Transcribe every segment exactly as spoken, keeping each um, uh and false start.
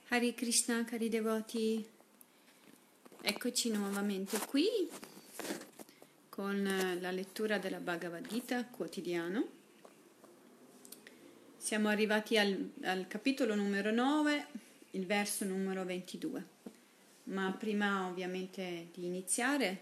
Hare Krishna, cari devoti, eccoci nuovamente qui con la lettura della Bhagavad Gita quotidiano. Siamo arrivati al, al capitolo numero nove, il verso numero ventidue. Ma prima ovviamente di iniziare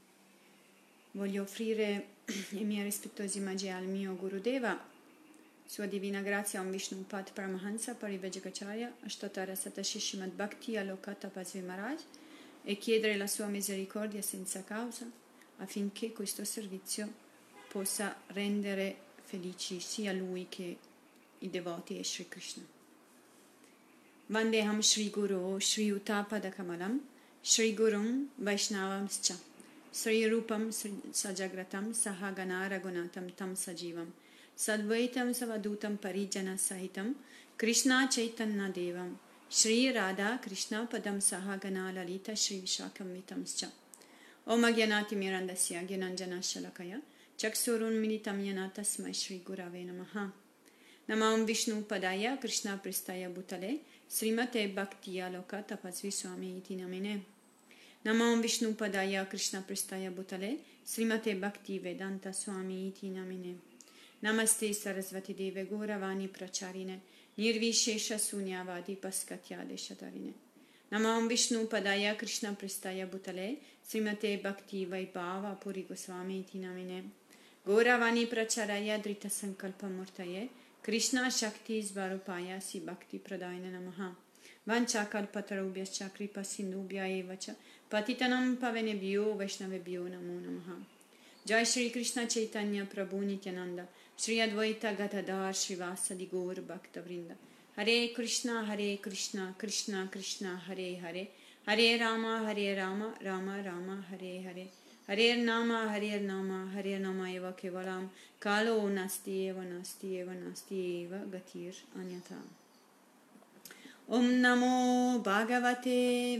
voglio offrire i miei rispettosi omaggi al mio Gurudeva, Sua Divina Grazia Om Vishnu Pad Paramahansa Parivajagacharya Ashtatara Satashi Srimad Bhakti Aloka Tapasvi Maharaj e chiedere la sua misericordia senza causa affinché questo servizio possa rendere felici sia lui che i devoti e Sri Krishna. Vandeham Shri Guru Shri Utapada Kamalam Shri Gurum Vaishnavamscha Sri Rupam Sajagratam Sahagana Ragunatam Tam Sajivam Sadvaitam Savadutam Parijana Sahitam Krishna Chaitanya Devam Shri Radha Krishna Padam Sahagana Lalita Shri Vishakam Vitamscha Om Agyanati Mirandasya Gyananjana Shalakaya Chaksurun Militam Yana Tasmai Shri Gurave Namaha Namam Vishnu Padaya Krishna Pristaya Bhutale Srimate Bhaktiya Loka Tapasvi Swami Iti Namine Namam Vishnu Padaya Krishna Pristaya Bhutale Srimate Bhakti Vedanta Swami Iti Namine Namaste Sarasvati Deve Gauravani Pracharine Nirvishesha Sunyavadi Paskatyade Shatarine Namam Vishnu Padaya Krishna Pristaya Bhutale Srimate Bhakti Vaibhava Puri Goswami Iti Namine Gauravani Pracharaya Drita Sankalpa Murtaye Krishna Shakti Svarupaya Si Bhakti Pradayana Namaha Vancha Kalpatarubhyascha Kripa Sindubhya Evacha Patitanam Pavenebhyo Vaishnavebhyo Namo Namaha Jai Shri Krishna Chaitanya Prabhu Nityananda Shri Advaita Gadadhar Srivasadi Gaur Bhakta Vrinda Hare Krishna Hare Krishna Krishna Krishna Hare Hare Hare Rama Hare Rama Rama Rama Hare Hare Hare Nama Hare Nama Hare Nama Eva Kevalam Kalo Nasti Eva Nasti Eva Nasti Eva Gatir Anyata Om Namo Bhagavate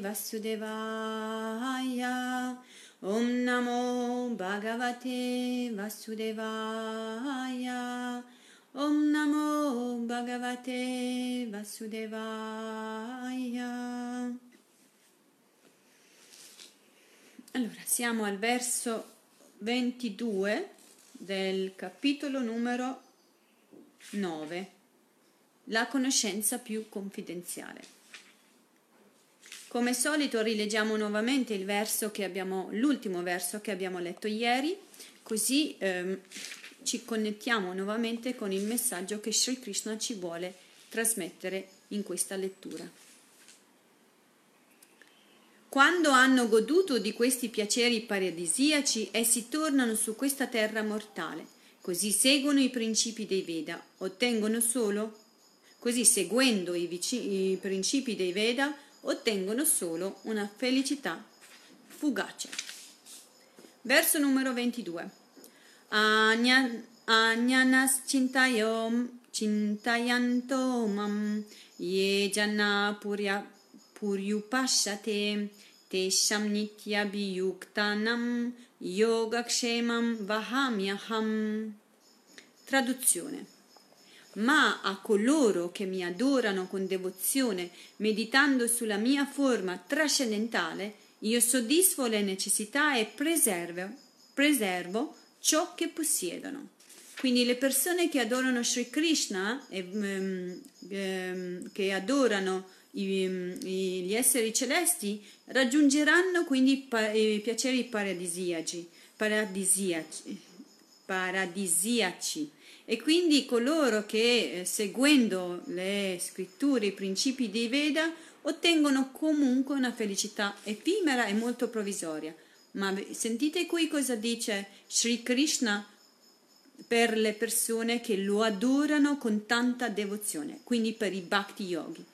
Vasudevaya Om Namo Bhagavate Vasudevaya Om Namo Bhagavate Vasudevaya. Allora, siamo al verso ventidue del capitolo numero nove, la conoscenza più confidenziale. Come solito rileggiamo nuovamente il verso che abbiamo, l'ultimo verso che abbiamo letto ieri, così ehm, ci connettiamo nuovamente con il messaggio che Sri Krishna ci vuole trasmettere in questa lettura. Quando hanno goduto di questi piaceri paradisiaci, essi tornano su questa terra mortale, così seguono i principi dei Veda, ottengono solo, così seguendo i, vici, i principi dei Veda, ottengono solo una felicità fugace. Verso numero ventidue. Anyanas chintayom chintayanto mam ye jana purya puryupashate tesham nityabhiyuktanam yogakshemam vahamyaham. Traduzione. Ma a coloro che mi adorano con devozione, meditando sulla mia forma trascendentale, io soddisfo le necessità e preservo, preservo ciò che possiedono. Quindi le persone che adorano Sri Krishna, e, um, um, che adorano i, um, gli esseri celesti, raggiungeranno quindi pa- i piaceri paradisiaci, paradisiaci, paradisiaci. E quindi coloro che, eh, seguendo le scritture, i principi dei Veda, ottengono comunque una felicità effimera e molto provvisoria. Ma sentite qui cosa dice Sri Krishna per le persone che lo adorano con tanta devozione, quindi per i Bhakti Yogi.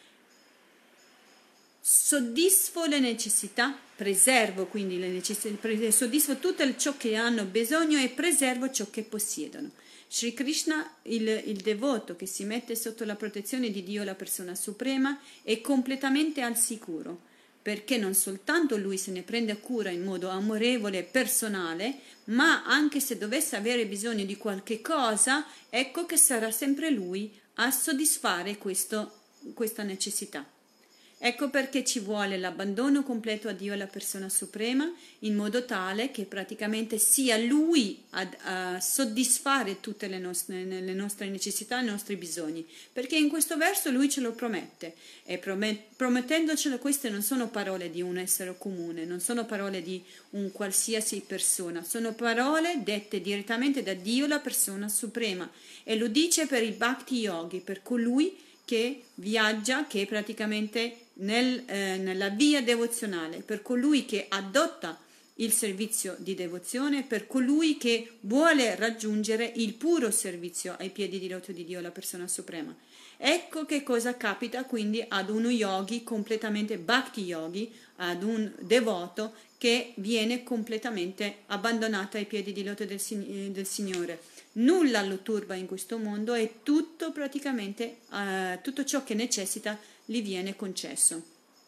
Soddisfo le necessità, preservo quindi le necessità, soddisfo tutto ciò che hanno bisogno e preservo ciò che possiedono. Sri Krishna, il, il devoto che si mette sotto la protezione di Dio, la persona suprema, è completamente al sicuro, perché non soltanto lui se ne prende cura in modo amorevole e personale, ma anche se dovesse avere bisogno di qualche cosa, ecco che sarà sempre lui a soddisfare questo, questa necessità. Ecco perché ci vuole l'abbandono completo a Dio, la persona suprema, in modo tale che praticamente sia Lui ad, a soddisfare tutte le nostre, le nostre necessità, i nostri bisogni, perché in questo verso Lui ce lo promette, e promettendocelo queste non sono parole di un essere comune, non sono parole di un qualsiasi persona, sono parole dette direttamente da Dio, la persona suprema, e lo dice per il Bhakti Yogi, per colui che viaggia, che praticamente nel, eh, nella via devozionale, per colui che adotta il servizio di devozione, per colui che vuole raggiungere il puro servizio ai piedi di loto di Dio, la persona suprema. Ecco che cosa capita quindi ad uno yogi completamente bhakti yogi, ad un devoto che viene completamente abbandonato ai piedi di loto del, del Signore. Nulla lo turba in questo mondo e tutto praticamente, eh, tutto ciò che necessita gli viene concesso.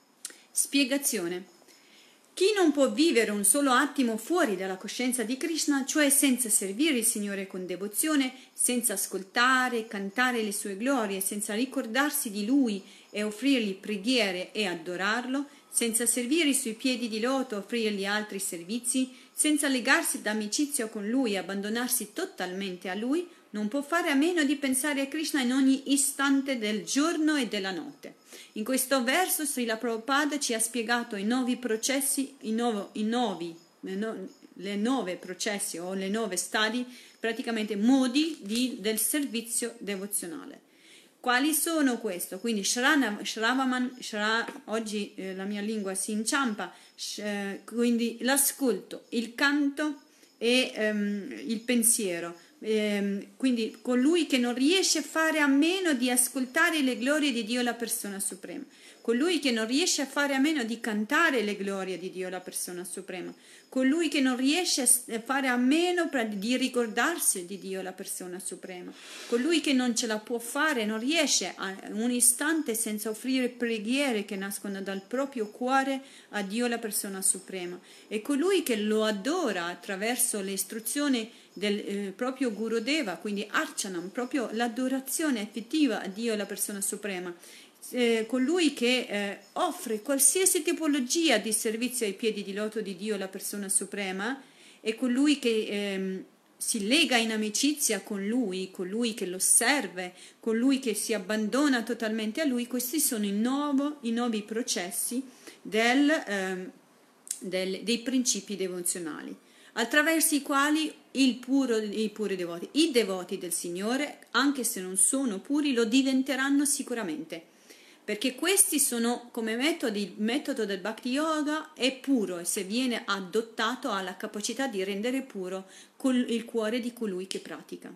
Spiegazione. Chi non può vivere un solo attimo fuori dalla coscienza di Krishna, cioè senza servire il Signore con devozione, senza ascoltare, cantare le sue glorie, senza ricordarsi di Lui e offrirgli preghiere e adorarlo, senza servire i suoi piedi di loto, offrirgli altri servizi, senza legarsi d'amicizia con Lui e abbandonarsi totalmente a Lui, non può fare a meno di pensare a Krishna in ogni istante del giorno e della notte. In questo verso Srila Prabhupada ci ha spiegato i nuovi processi, i nuovi, i nuovi, le, no, le nuove processi o le nuove stadi, praticamente modi di, del servizio devozionale. Quali sono questo? Quindi Shravaman, Shra, oggi eh, la mia lingua si inciampa, sh, quindi l'ascolto, il canto e ehm, il pensiero. Eh, quindi colui che non riesce a fare a meno di ascoltare le glorie di Dio, la persona suprema, colui che non riesce a fare a meno di cantare le glorie di Dio, la persona suprema, colui che non riesce a fare a meno di ricordarsi di Dio, la persona suprema, colui che non ce la può fare, non riesce a un istante senza offrire preghiere che nascono dal proprio cuore a Dio, la persona suprema, e colui che lo adora attraverso le istruzioni del eh, proprio Gurudeva, quindi Archanam, proprio l'adorazione effettiva a Dio, la persona suprema, eh, colui che eh, offre qualsiasi tipologia di servizio ai piedi di loto di Dio, la persona suprema, e colui che eh, si lega in amicizia con Lui, colui che lo serve, colui che si abbandona totalmente a Lui. Questi sono i, nuovo, i nuovi processi del, eh, del, dei principi devozionali, attraverso i quali il puro, i puri devoti, i devoti del Signore, anche se non sono puri, lo diventeranno sicuramente, perché questi sono come metodi, il metodo del Bhakti Yoga è puro, e se viene adottato ha la capacità di rendere puro il cuore di colui che pratica.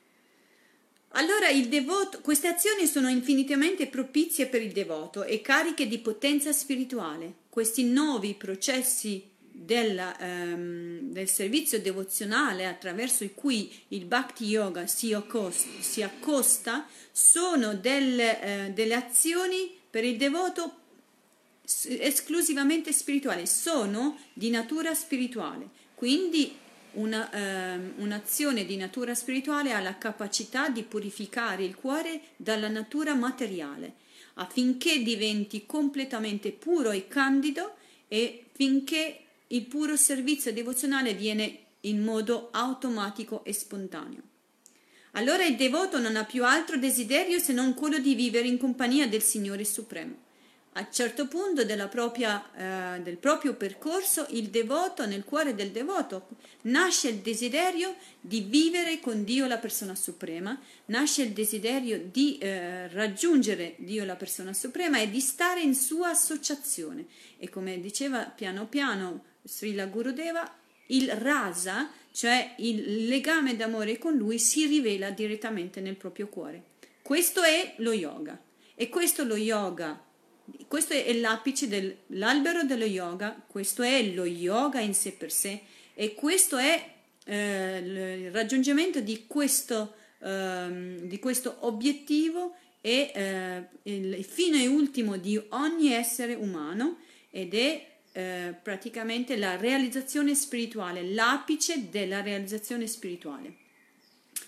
Allora il devoto, queste azioni sono infinitamente propizie per il devoto e cariche di potenza spirituale. Questi nuovi processi Del, um, del servizio devozionale attraverso cui il Bhakti Yoga si accosta, si accosta sono delle, uh, delle azioni per il devoto esclusivamente spirituali, sono di natura spirituale, quindi una, uh, un'azione di natura spirituale ha la capacità di purificare il cuore dalla natura materiale affinché diventi completamente puro e candido, e finché il puro servizio devozionale viene in modo automatico e spontaneo. Allora il devoto non ha più altro desiderio se non quello di vivere in compagnia del Signore Supremo. A un certo punto della propria, eh, del proprio percorso, il devoto, nel cuore del devoto, nasce il desiderio di vivere con Dio, la persona suprema, nasce il desiderio di eh, raggiungere Dio, la persona suprema, e di stare in sua associazione. E come diceva piano piano Srila Gurudeva, il rasa, cioè il legame d'amore con lui, si rivela direttamente nel proprio cuore. Questo è lo yoga, e questo lo yoga, questo è l'apice dell'albero dello yoga, questo è lo yoga in sé per sé, e questo è eh, il raggiungimento di questo, eh, di questo obiettivo e eh, il fine ultimo di ogni essere umano, ed è Eh, praticamente la realizzazione spirituale, l'apice della realizzazione spirituale.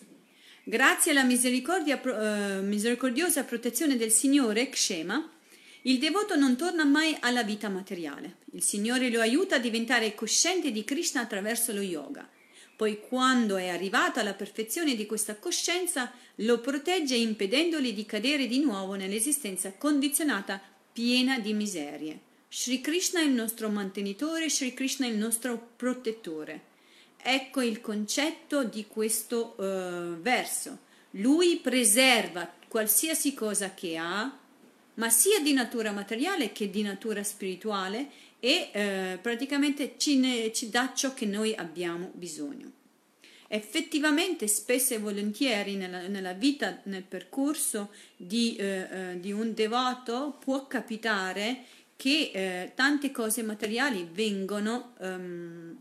Grazie alla misericordia, eh, misericordiosa protezione del Signore Kshema, Il devoto non torna mai alla vita materiale. Il Signore lo aiuta a diventare cosciente di Krishna attraverso lo yoga. Poi, quando è arrivato alla perfezione di questa coscienza, lo protegge impedendogli di cadere di nuovo nell'esistenza condizionata piena di miserie. Sri Krishna è il nostro mantenitore, Sri Krishna è il nostro protettore. Ecco il concetto di questo uh, verso. Lui preserva qualsiasi cosa che ha, ma sia di natura materiale che di natura spirituale, e eh, praticamente ci, ne, ci dà ciò che noi abbiamo bisogno. Effettivamente, spesso e volentieri nella, nella vita, nel percorso di, eh, eh, di un devoto, può capitare che eh, tante cose materiali vengono, um,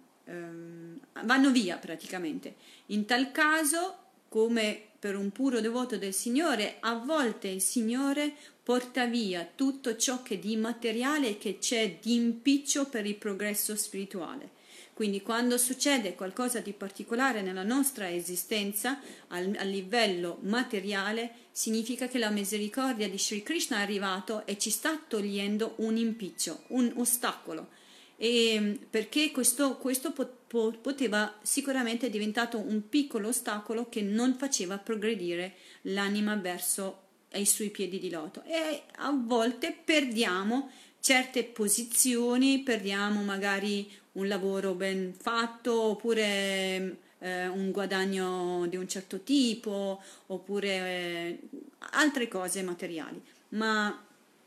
um, vanno via praticamente. In tal caso, come per un puro devoto del Signore, a volte il Signore porta via tutto ciò che di materiale che c'è di impiccio per il progresso spirituale. Quindi quando succede qualcosa di particolare nella nostra esistenza al, a livello materiale, significa che la misericordia di Sri Krishna è arrivato e ci sta togliendo un impiccio, un ostacolo. E perché questo, questo poteva sicuramente diventato un piccolo ostacolo che non faceva progredire l'anima verso i suoi piedi di loto, e a volte perdiamo certe posizioni, perdiamo magari un lavoro ben fatto, oppure eh, un guadagno di un certo tipo, oppure eh, altre cose materiali, ma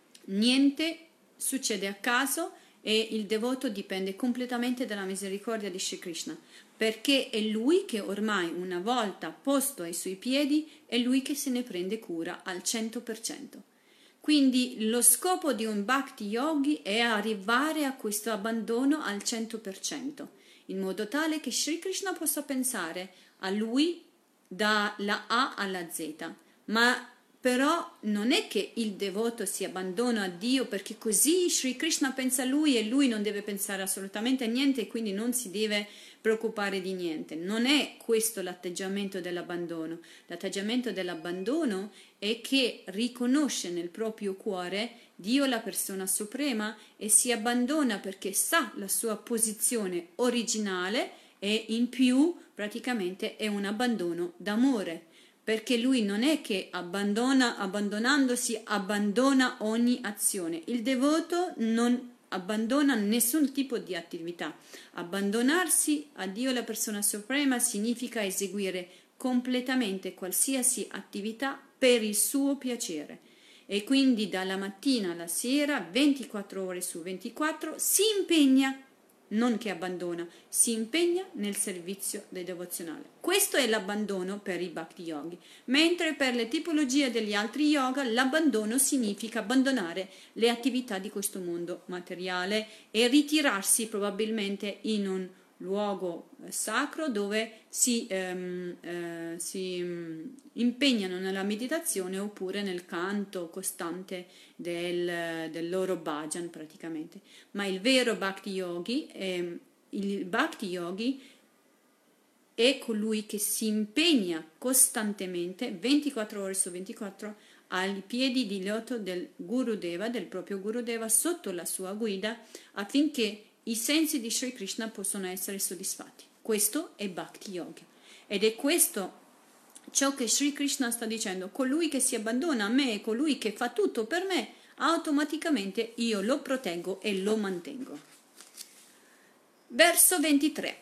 niente succede a caso, e il devoto dipende completamente dalla misericordia di Sri Krishna, perché è lui che ormai, una volta posto ai suoi piedi, è lui che se ne prende cura al cento per cento. Quindi lo scopo di un Bhakti Yogi è arrivare a questo abbandono al cento per cento, in modo tale che Sri Krishna possa pensare a lui dalla A alla Z, ma però non è che il devoto si abbandona a Dio perché così Sri Krishna pensa a lui e lui non deve pensare assolutamente a niente e quindi non si deve preoccupare di niente. Non è questo l'atteggiamento dell'abbandono. L'atteggiamento dell'abbandono è che riconosce nel proprio cuore Dio la persona suprema e si abbandona perché sa la sua posizione originale, e in più praticamente è un abbandono d'amore. Perché lui non è che abbandona, abbandonandosi, abbandona ogni azione. Il devoto non abbandona nessun tipo di attività. Abbandonarsi a Dio, la persona suprema, significa eseguire completamente qualsiasi attività per il suo piacere. E quindi dalla mattina alla sera, ventiquattro ore su ventiquattro, si impegna, non che abbandona, si impegna nel servizio del devozionale. Questo è l'abbandono per i Bhakti Yogi, mentre per le tipologie degli altri yoga l'abbandono significa abbandonare le attività di questo mondo materiale e ritirarsi probabilmente in un luogo sacro dove si, ehm, eh, si um, impegnano nella meditazione oppure nel canto costante del, del loro bhajan praticamente. Ma il vero Bhakti Yogi, eh, il Bhakti Yogi è colui che si impegna costantemente ventiquattro ore su ventiquattro ai piedi di loto del Gurudeva, del proprio Gurudeva, sotto la sua guida, affinché i sensi di Sri Krishna possono essere soddisfatti. Questo è Bhakti Yoga ed è questo ciò che Sri Krishna sta dicendo: colui che si abbandona a me, colui che fa tutto per me, automaticamente io lo proteggo e lo mantengo. Verso ventitré.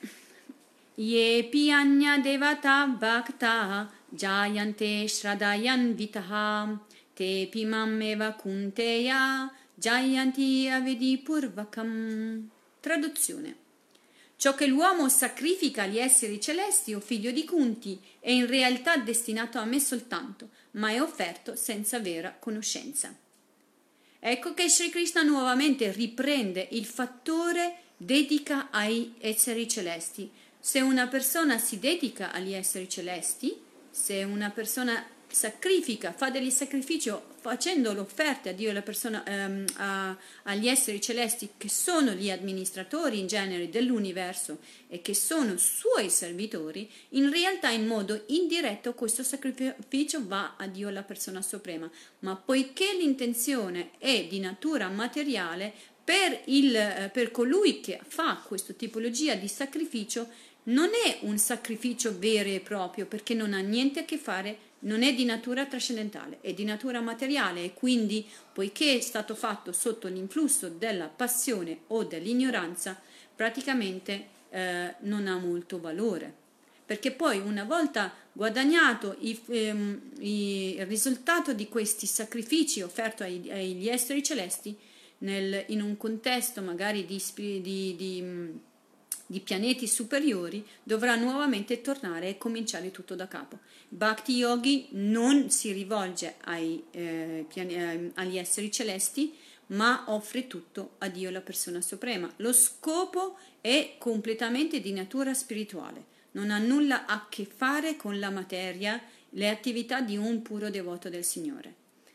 Yepi anya devata bhakta jayante shradayan vitaha tepi mammeva kunteya jayanti avedi purvakam. Traduzione: ciò che l'uomo sacrifica agli esseri celesti o figlio di Kunti è in realtà destinato a me soltanto, ma è offerto senza vera conoscenza. Ecco che Sri Krishna nuovamente riprende il fattore dedica ai esseri celesti. Se una persona si dedica agli esseri celesti, se una persona sacrifica, fa degli sacrifici facendo l'offerta a Dio e alla persona, ehm, a, agli esseri celesti che sono gli amministratori in genere dell'universo e che sono suoi servitori, in realtà in modo indiretto questo sacrificio va a Dio e alla persona suprema, ma poiché l'intenzione è di natura materiale, per, il, per colui che fa questa tipologia di sacrificio non è un sacrificio vero e proprio, perché non ha niente a che fare, non è di natura trascendentale, è di natura materiale, e quindi poiché è stato fatto sotto l'influsso della passione o dell'ignoranza, praticamente eh, non ha molto valore, perché poi una volta guadagnato i, ehm, i, il risultato di questi sacrifici offerti ai, agli esseri celesti nel, in un contesto magari di, di, di di pianeti superiori, dovrà nuovamente tornare e cominciare tutto da capo. Bhakti Yogi non si rivolge ai, eh, piani, agli esseri celesti, ma offre tutto a Dio, la persona suprema. Lo scopo è completamente di natura spirituale, non ha nulla a che fare con la materia, le attività di un puro devoto del Signore.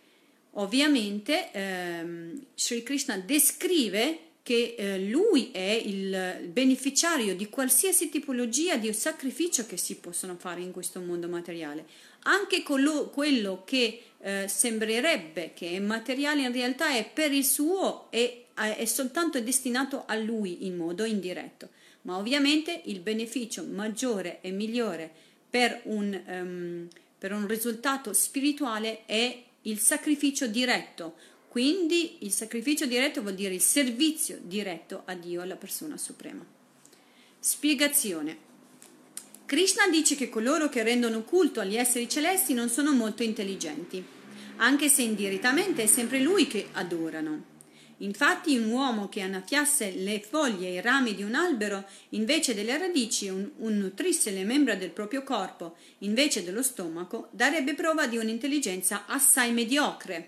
Ovviamente ehm, Sri Krishna descrive che eh, lui è il beneficiario di qualsiasi tipologia di sacrificio che si possono fare in questo mondo materiale. Anche quello, quello che eh, sembrerebbe che è materiale, in realtà è per il suo, è, è soltanto destinato a lui in modo indiretto. Ma ovviamente il beneficio maggiore e migliore per un, um, per un risultato spirituale è il sacrificio diretto. Quindi il sacrificio diretto vuol dire il servizio diretto a Dio, alla persona suprema. Spiegazione. Krishna dice che coloro che rendono culto agli esseri celesti non sono molto intelligenti, anche se indirettamente è sempre lui che adorano. Infatti un uomo che annaffiasse le foglie e i rami di un albero invece delle radici, un, un nutrisse le membra del proprio corpo invece dello stomaco, darebbe prova di un'intelligenza assai mediocre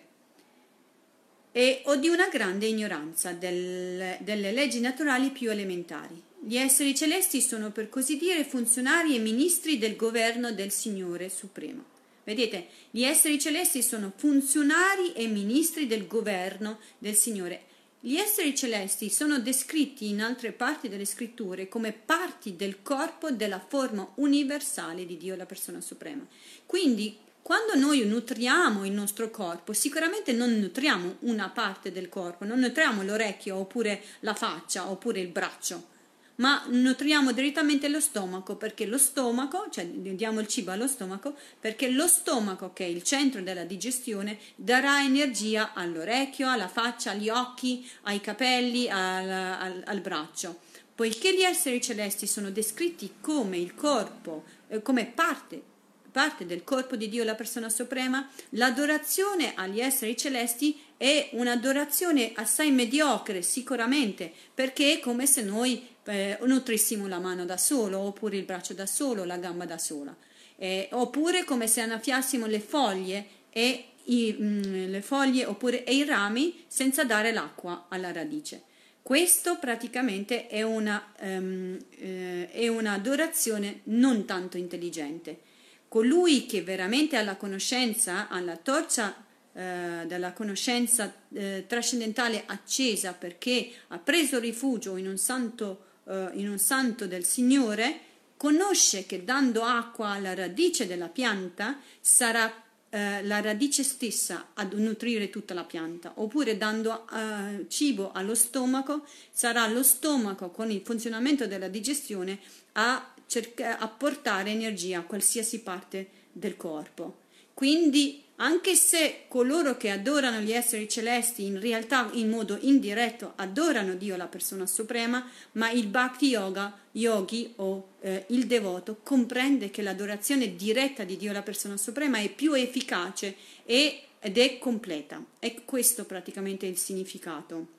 e o di una grande ignoranza del, delle leggi naturali più elementari. Gli esseri celesti sono, per così dire, funzionari e ministri del governo del Signore Supremo. Vedete, gli esseri celesti sono funzionari e ministri del governo del Signore. Gli esseri celesti sono descritti in altre parti delle scritture come parti del corpo della forma universale di Dio, la persona suprema. Quindi, quando noi nutriamo il nostro corpo, sicuramente non nutriamo una parte del corpo, non nutriamo l'orecchio oppure la faccia oppure il braccio, ma nutriamo direttamente lo stomaco, perché lo stomaco, cioè diamo il cibo allo stomaco, perché lo stomaco, che è il centro della digestione, darà energia all'orecchio, alla faccia, agli occhi, ai capelli, al, al, al braccio. Poiché gli esseri celesti sono descritti come il corpo, eh, come parte parte del corpo di Dio, la persona suprema, l'adorazione agli esseri celesti è un'adorazione assai mediocre sicuramente, perché è come se noi eh, nutrissimo la mano da solo, oppure il braccio da solo, la gamba da sola, eh, oppure come se annaffiassimo le foglie e i, mh, le foglie oppure e i rami senza dare l'acqua alla radice. Questo praticamente è una um, eh, è un'adorazione non tanto intelligente. Colui che veramente ha la conoscenza, ha la torcia eh, della conoscenza eh, trascendentale accesa, perché ha preso rifugio in un santo, eh, in un santo del Signore, conosce che dando acqua alla radice della pianta sarà eh, la radice stessa a nutrire tutta la pianta, oppure dando eh, cibo allo stomaco sarà lo stomaco con il funzionamento della digestione a Cerca, a portare energia a qualsiasi parte del corpo. Quindi, anche se coloro che adorano gli esseri celesti in realtà in modo indiretto adorano Dio, la persona suprema, ma il Bhakti Yoga, Yogi o eh, il devoto comprende che l'adorazione diretta di Dio, la persona suprema, è più efficace e, ed è completa. È questo praticamente il significato.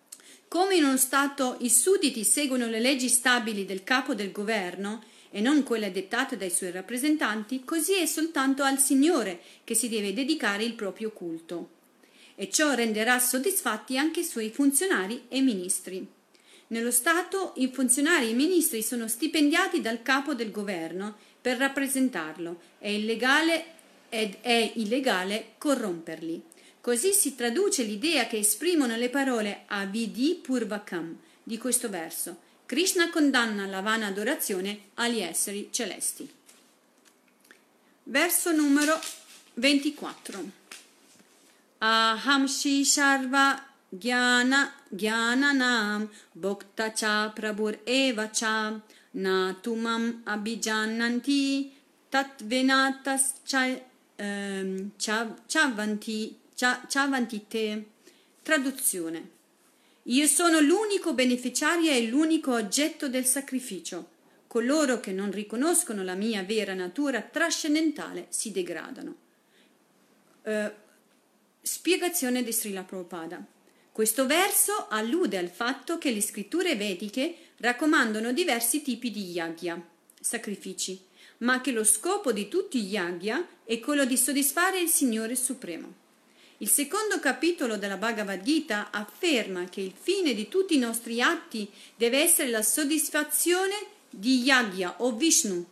Come in uno Stato i sudditi seguono le leggi stabili del capo del governo e non quelle dettate dai suoi rappresentanti, così è soltanto al Signore che si deve dedicare il proprio culto. E ciò renderà soddisfatti anche i suoi funzionari e ministri. Nello Stato i funzionari e i ministri sono stipendiati dal capo del governo per rappresentarlo e il legale ed è illegale corromperli. Così si traduce l'idea che esprimono le parole Avidi Purvakam di questo verso. Krishna condanna la vana adorazione agli esseri celesti. Verso numero ventiquattro. Aham Shri Sharva Jnana Jnananam Bhokta Cha Prabhur Eva Cha Natumam Abhijananti Tatvenatas Chavanti Chavantite. Traduzione. Io sono l'unico beneficiario e l'unico oggetto del sacrificio. Coloro che non riconoscono la mia vera natura trascendentale si degradano. Uh, spiegazione di Srila Prabhupada. Questo verso allude al fatto che le scritture vediche raccomandano diversi tipi di yagya, sacrifici, ma che lo scopo di tutti gli yagya è quello di soddisfare il Signore Supremo. Il secondo capitolo della Bhagavad Gita afferma che il fine di tutti i nostri atti deve essere la soddisfazione di Yagya o Vishnu.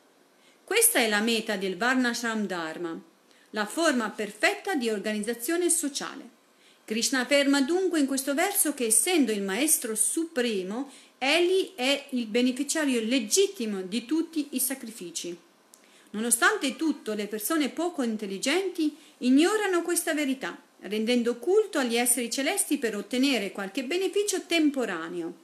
Questa è la meta del Varnashram Dharma, la forma perfetta di organizzazione sociale. Krishna afferma dunque in questo verso che essendo il Maestro Supremo, egli è il beneficiario legittimo di tutti i sacrifici. Nonostante tutto, le persone poco intelligenti ignorano questa verità, rendendo culto agli esseri celesti per ottenere qualche beneficio temporaneo.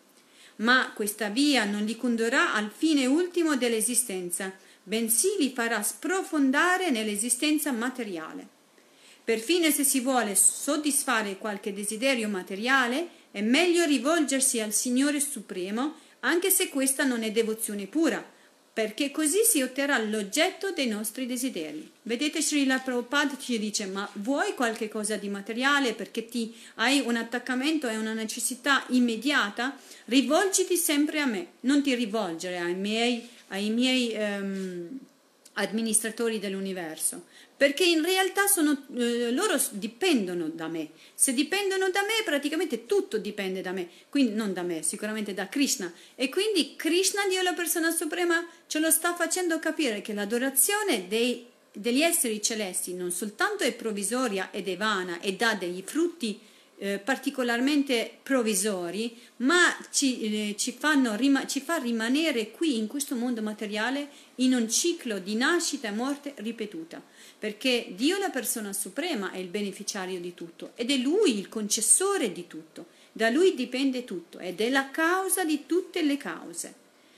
Ma questa via non li condurrà al fine ultimo dell'esistenza, bensì li farà sprofondare nell'esistenza materiale. Perfino se si vuole soddisfare qualche desiderio materiale, è meglio rivolgersi al Signore Supremo, anche se questa non è devozione pura, perché così si otterrà l'oggetto dei nostri desideri. Vedete, Srila Prabhupada ci dice, ma vuoi qualche cosa di materiale perché ti hai un attaccamento e una necessità immediata? Rivolgiti sempre a me, non ti rivolgere ai miei, ai miei um, amministratori dell'universo, perché in realtà sono, eh, loro dipendono da me. Se dipendono da me, praticamente tutto dipende da me, quindi non da me, sicuramente da Krishna. E quindi Krishna, Dio la persona suprema, ce lo sta facendo capire che l'adorazione dei, degli esseri celesti non soltanto è provvisoria ed è vana e dà degli frutti eh, particolarmente provvisori, ma ci, eh, ci, fanno, rima, ci fa rimanere qui in questo mondo materiale in un ciclo di nascita e morte ripetuta, perché Dio la persona suprema è il beneficiario di tutto ed è Lui il concessore di tutto, da Lui dipende tutto ed è la causa di tutte le cause.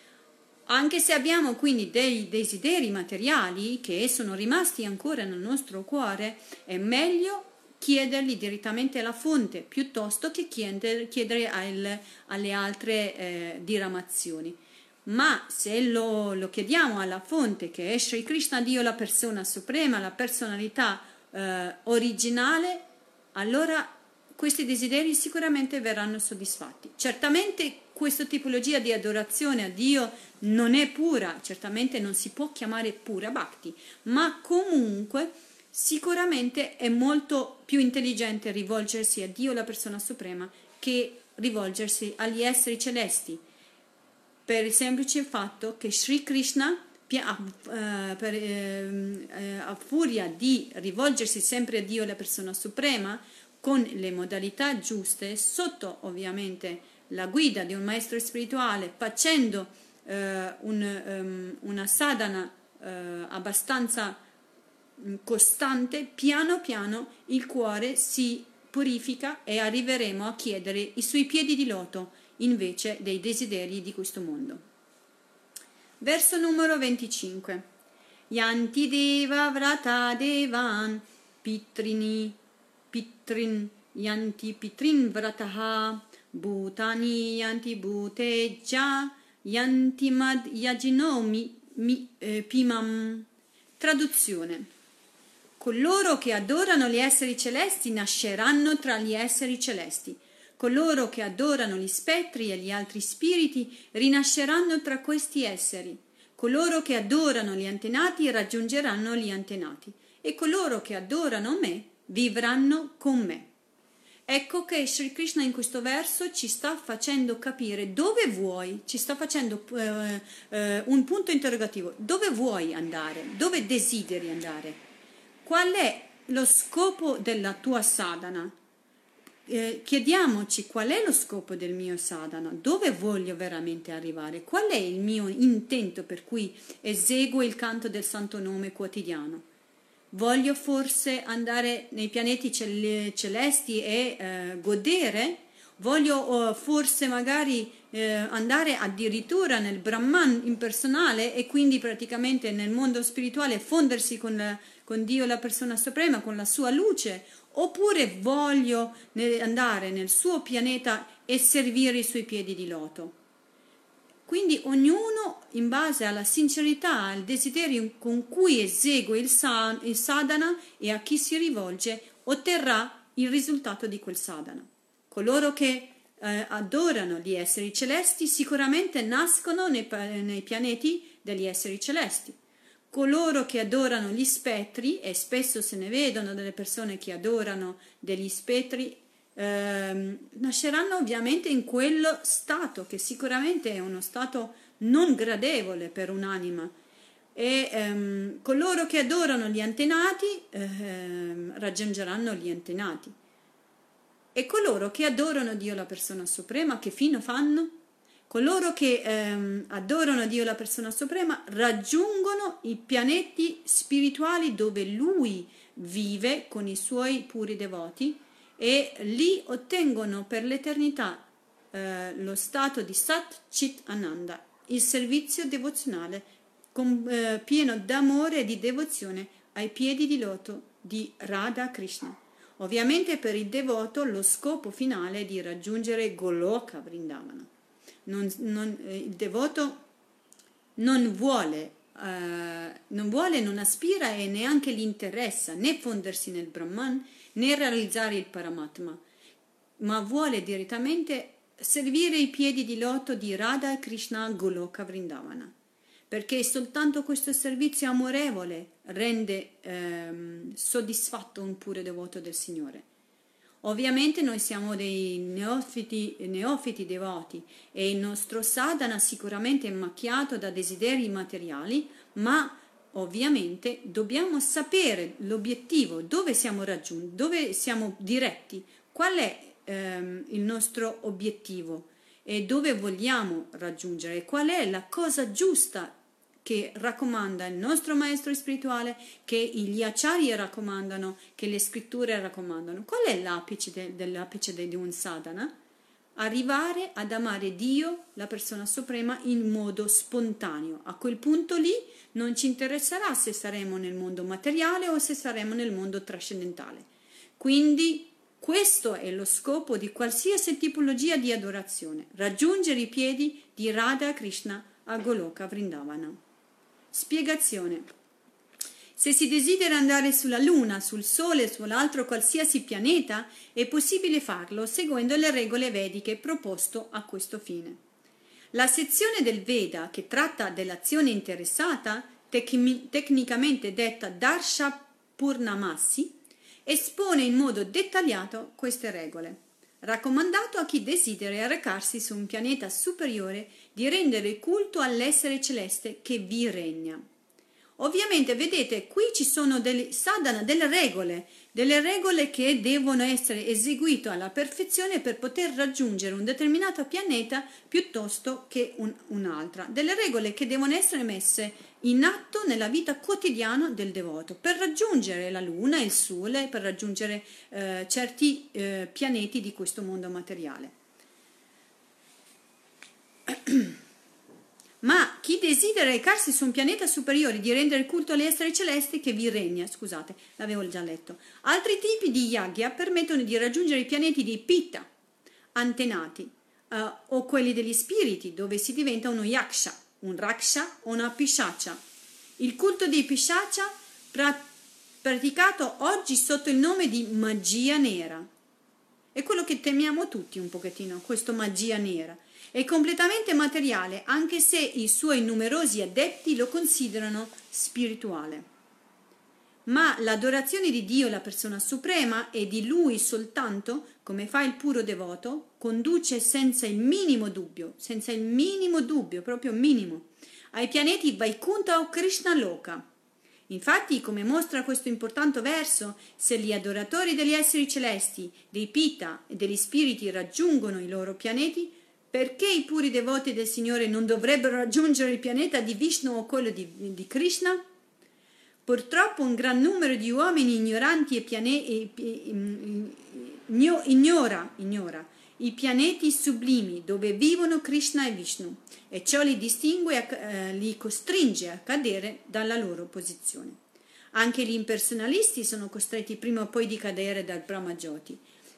Anche se abbiamo quindi dei desideri materiali che sono rimasti ancora nel nostro cuore, è meglio chiederli direttamente alla fonte piuttosto che chiedere, chiedere al, alle altre eh, diramazioni. Ma se lo, lo chiediamo alla fonte, che è Sri Krishna, Dio la persona suprema, la personalità eh, originale, allora questi desideri sicuramente verranno soddisfatti. Certamente questa tipologia di adorazione a Dio non è pura, certamente non si può chiamare pura bhakti, ma comunque sicuramente è molto più intelligente rivolgersi a Dio la persona suprema che rivolgersi agli esseri celesti, per il semplice fatto che Sri Krishna, a, per, eh, a furia di rivolgersi sempre a Dio la persona suprema, con le modalità giuste, sotto ovviamente la guida di un maestro spirituale, facendo eh, un, um, una sadhana eh, abbastanza costante, piano piano il cuore si purifica e arriveremo a chiedere i suoi piedi di loto invece dei desideri di questo mondo. Verso numero venticinque. Yanti deva vrata devan pitrini pitrin yanti pitrin vrataha bhutani yanti bhuteja yanti mad yajinomi mi, eh, pimam. Traduzione. Coloro che adorano gli esseri celesti nasceranno tra gli esseri celesti. Coloro che adorano gli spettri e gli altri spiriti rinasceranno tra questi esseri. Coloro che adorano gli antenati raggiungeranno gli antenati. E coloro che adorano me vivranno con me. Ecco che Sri Krishna in questo verso ci sta facendo capire dove vuoi, ci sta facendo eh, eh, un punto interrogativo. Dove vuoi andare? Dove desideri andare? qual è lo scopo della tua sadhana? Eh, chiediamoci qual è lo scopo del mio sadhana, dove voglio veramente arrivare, qual è il mio intento per cui eseguo il canto del santo nome quotidiano. Voglio forse andare nei pianeti cel- celesti e eh, godere? Voglio eh, forse magari eh, andare addirittura nel Brahman impersonale e quindi praticamente nel mondo spirituale fondersi con, la, con Dio, la persona suprema, con la sua luce? Oppure voglio andare nel suo pianeta e servire i suoi piedi di loto? Quindi ognuno, in base alla sincerità, al desiderio con cui esegue il, sa- il sadhana e a chi si rivolge, otterrà il risultato di quel sadhana. Coloro che eh, adorano gli esseri celesti sicuramente nascono nei, nei pianeti degli esseri celesti. Coloro che adorano gli spettri, e spesso se ne vedono delle persone che adorano degli spettri, eh, nasceranno ovviamente in quello stato, che sicuramente è uno stato non gradevole per un'anima. E ehm, coloro che adorano gli antenati ehm, raggiungeranno gli antenati. E coloro che adorano Dio la persona suprema, che fine fanno? Coloro che ehm, adorano Dio la persona suprema raggiungono i pianeti spirituali dove Lui vive con i suoi puri devoti e lì ottengono per l'eternità eh, lo stato di Sat Chit Ananda, il servizio devozionale con, eh, pieno d'amore e di devozione ai piedi di loto di Radha Krishna. Ovviamente per il devoto lo scopo finale è di raggiungere Goloka Vrindavana. Non, non, eh, il devoto non vuole, eh, non vuole, non aspira e neanche gli interessa né fondersi nel Brahman né realizzare il Paramatma, ma vuole direttamente servire i piedi di loto di Radha e Krishna Goloka Vrindavana, perché soltanto questo servizio amorevole rende ehm, soddisfatto un puro devoto del Signore. Ovviamente noi siamo dei neofiti, neofiti devoti e il nostro sadhana sicuramente è macchiato da desideri materiali, ma ovviamente dobbiamo sapere l'obiettivo, dove siamo raggiunti, dove siamo diretti, qual è ehm, il nostro obiettivo e dove vogliamo raggiungere, qual è la cosa giusta che raccomanda il nostro maestro spirituale, che gli acciari raccomandano, che le scritture raccomandano. Qual è l'apice de, dell'apice di un sadhana? Arrivare ad amare Dio, la persona suprema, in modo spontaneo. A quel punto lì non ci interesserà se saremo nel mondo materiale o se saremo nel mondo trascendentale. Quindi questo è lo scopo di qualsiasi tipologia di adorazione, raggiungere i piedi di Radha Krishna a Goloka Vrindavana. Spiegazione. Se si desidera andare sulla Luna, sul Sole, sull'altro qualsiasi pianeta, è possibile farlo seguendo le regole vediche proposto a questo fine. La sezione del Veda che tratta dell'azione interessata, tec- tecnicamente detta Darsha Purnamasi, espone in modo dettagliato queste regole. Raccomandato a chi desidera recarsi su un pianeta superiore di rendere culto all'essere celeste che vi regna. Ovviamente, vedete, qui ci sono delle sadhana, delle regole, delle regole che devono essere eseguite alla perfezione per poter raggiungere un determinato pianeta piuttosto che un, un'altra. Delle regole che devono essere messe in atto nella vita quotidiana del devoto per raggiungere la Luna, il Sole, per raggiungere eh, certi eh, pianeti di questo mondo materiale. Ma chi desidera recarsi su un pianeta superiore di rendere culto agli esseri celesti che vi regna, scusate, l'avevo già letto. Altri tipi di yagya permettono di raggiungere i pianeti di Pitta, antenati, uh, o quelli degli spiriti, dove si diventa uno yaksha, un raksha o una pishacha. Il culto dei pishacha pra- praticato oggi sotto il nome di magia nera. È quello che temiamo tutti un pochettino, questo magia nera. È completamente materiale, anche se i suoi numerosi adepti lo considerano spirituale. Ma l'adorazione di Dio, la persona suprema, e di Lui soltanto, come fa il puro devoto, conduce senza il minimo dubbio, senza il minimo dubbio, proprio minimo, ai pianeti Vaikuntha o Krishna Loka. Infatti, come mostra questo importante verso, se gli adoratori degli esseri celesti, dei Pita e degli spiriti raggiungono i loro pianeti, perché i puri devoti del Signore non dovrebbero raggiungere il pianeta di Vishnu o quello di, di Krishna? Purtroppo un gran numero di uomini ignoranti e piane, e, ignora, ignora i pianeti sublimi dove vivono Krishna e Vishnu, e ciò li distingue, eh, li costringe a cadere dalla loro posizione. Anche gli impersonalisti sono costretti prima o poi di cadere dal Brahma Jyoti.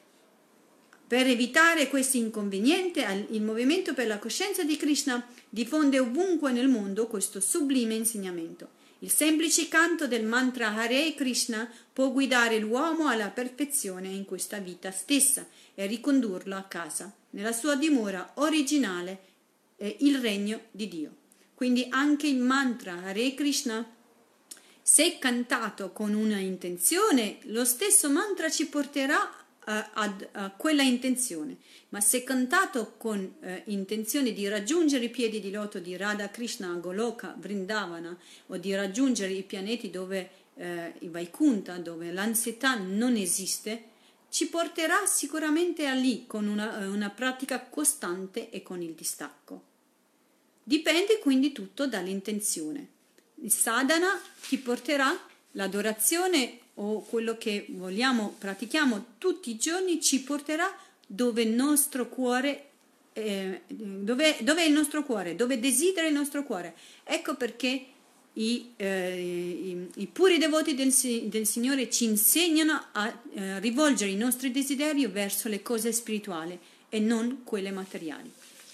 Per evitare questo inconveniente, il movimento per la coscienza di Krishna diffonde ovunque nel mondo questo sublime insegnamento. Il semplice canto del mantra Hare Krishna può guidare l'uomo alla perfezione in questa vita stessa e ricondurlo a casa, nella sua dimora originale, eh, il regno di Dio. Quindi anche il mantra Hare Krishna, se cantato con una intenzione, lo stesso mantra ci porterà a, a, a quella intenzione, ma se cantato con eh, intenzione di raggiungere i piedi di loto di Radha Krishna, Goloka, Vrindavana, o di raggiungere i pianeti dove eh, i Vaikunta, dove l'ansietà non esiste, ci porterà sicuramente a lì con una, una pratica costante e con il distacco. Dipende quindi tutto dall'intenzione. Il sadhana ti porterà, l'adorazione o quello che vogliamo, pratichiamo tutti i giorni, ci porterà dove il nostro cuore, eh, dove, dove è il nostro cuore, dove desidera il nostro cuore. Ecco perché i, eh, i, i puri devoti del, del Signore ci insegnano a eh, rivolgere i nostri desideri verso le cose spirituali e non quelle materiali.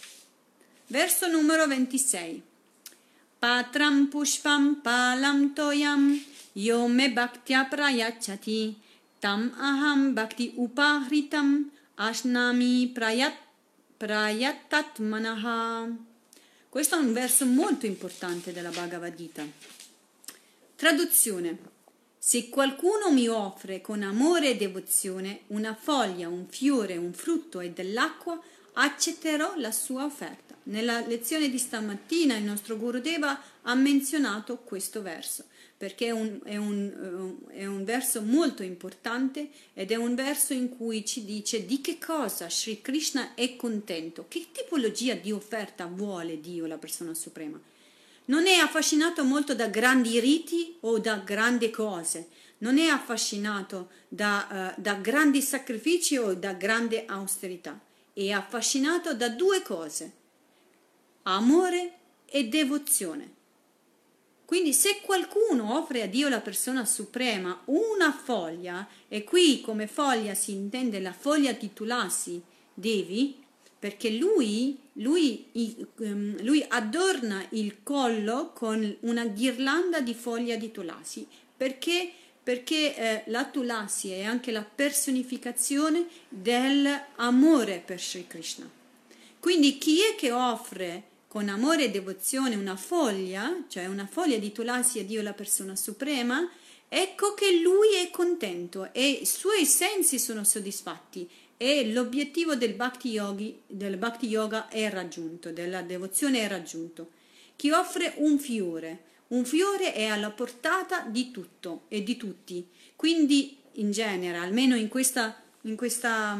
Verso numero ventisei. Patram pushpam palam toyam yo me bhaktya prayachati tam aham bhakti upahritam ashnami prayat prayatat manaha. Questo è un verso molto importante della Bhagavad Gita. Traduzione: se qualcuno mi offre con amore e devozione una foglia, un fiore, un frutto e dell'acqua, accetterò la sua offerta. Nella lezione di stamattina il nostro Gurudeva ha menzionato questo verso, perché è un, è, un, è un verso molto importante ed è un verso in cui ci dice di che cosa Sri Krishna è contento, che tipologia di offerta vuole Dio, la persona suprema. Non è affascinato molto da grandi riti o da grandi cose, non è affascinato da, uh, da grandi sacrifici o da grande austerità, è affascinato da due cose: amore e devozione. Quindi se qualcuno offre a Dio, la persona suprema, una foglia, e qui come foglia si intende la foglia di Tulasi Devi, perché lui, lui, lui adorna il collo con una ghirlanda di foglia di Tulasi, perché, perché eh, la Tulasi è anche la personificazione dell'amore per Sri Krishna. Quindi chi è che offre con amore e devozione una foglia, cioè una foglia di Tulasi a Dio, la persona suprema, ecco che lui è contento e i suoi sensi sono soddisfatti e l'obiettivo del Bhakti Yogi, del Bhakti Yoga è raggiunto, della devozione è raggiunto. Chi offre un fiore, un fiore è alla portata di tutto e di tutti, quindi in genere, almeno in questa in questa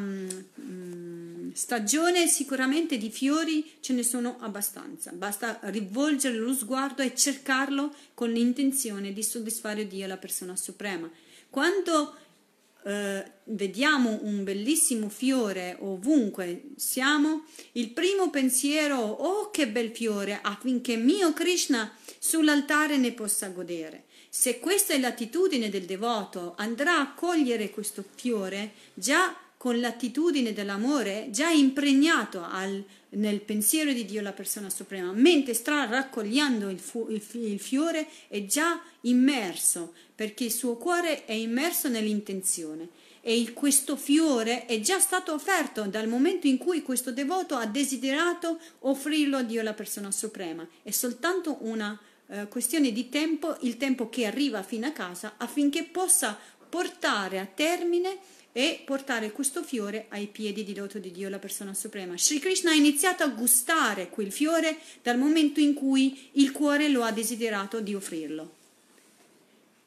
um, stagione sicuramente di fiori ce ne sono abbastanza, basta rivolgere lo sguardo e cercarlo con l'intenzione di soddisfare Dio, la persona suprema. Quando eh, vediamo un bellissimo fiore ovunque siamo, il primo pensiero: oh che bel fiore, affinché mio Krishna sull'altare ne possa godere. Se questa è l'attitudine del devoto, andrà a cogliere questo fiore già con l'attitudine dell'amore, già impregnato al, nel pensiero di Dio, la persona suprema, mentre sta raccogliendo il, fu, il, il fiore è già immerso, perché il suo cuore è immerso nell'intenzione. E il, questo fiore è già stato offerto dal momento in cui questo devoto ha desiderato offrirlo a Dio, la persona suprema. È soltanto una Uh, questione di tempo, il tempo che arriva fino a casa, affinché possa portare a termine e portare questo fiore ai piedi di loto di Dio, la persona suprema. Sri Krishna ha iniziato a gustare quel fiore dal momento in cui il cuore lo ha desiderato di offrirlo.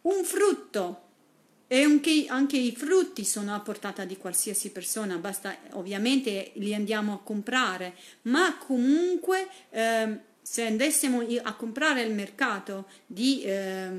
un frutto. E anche, anche i frutti sono a portata di qualsiasi persona, basta ovviamente li andiamo a comprare, ma comunque eh, se andassimo a comprare al mercato di, eh,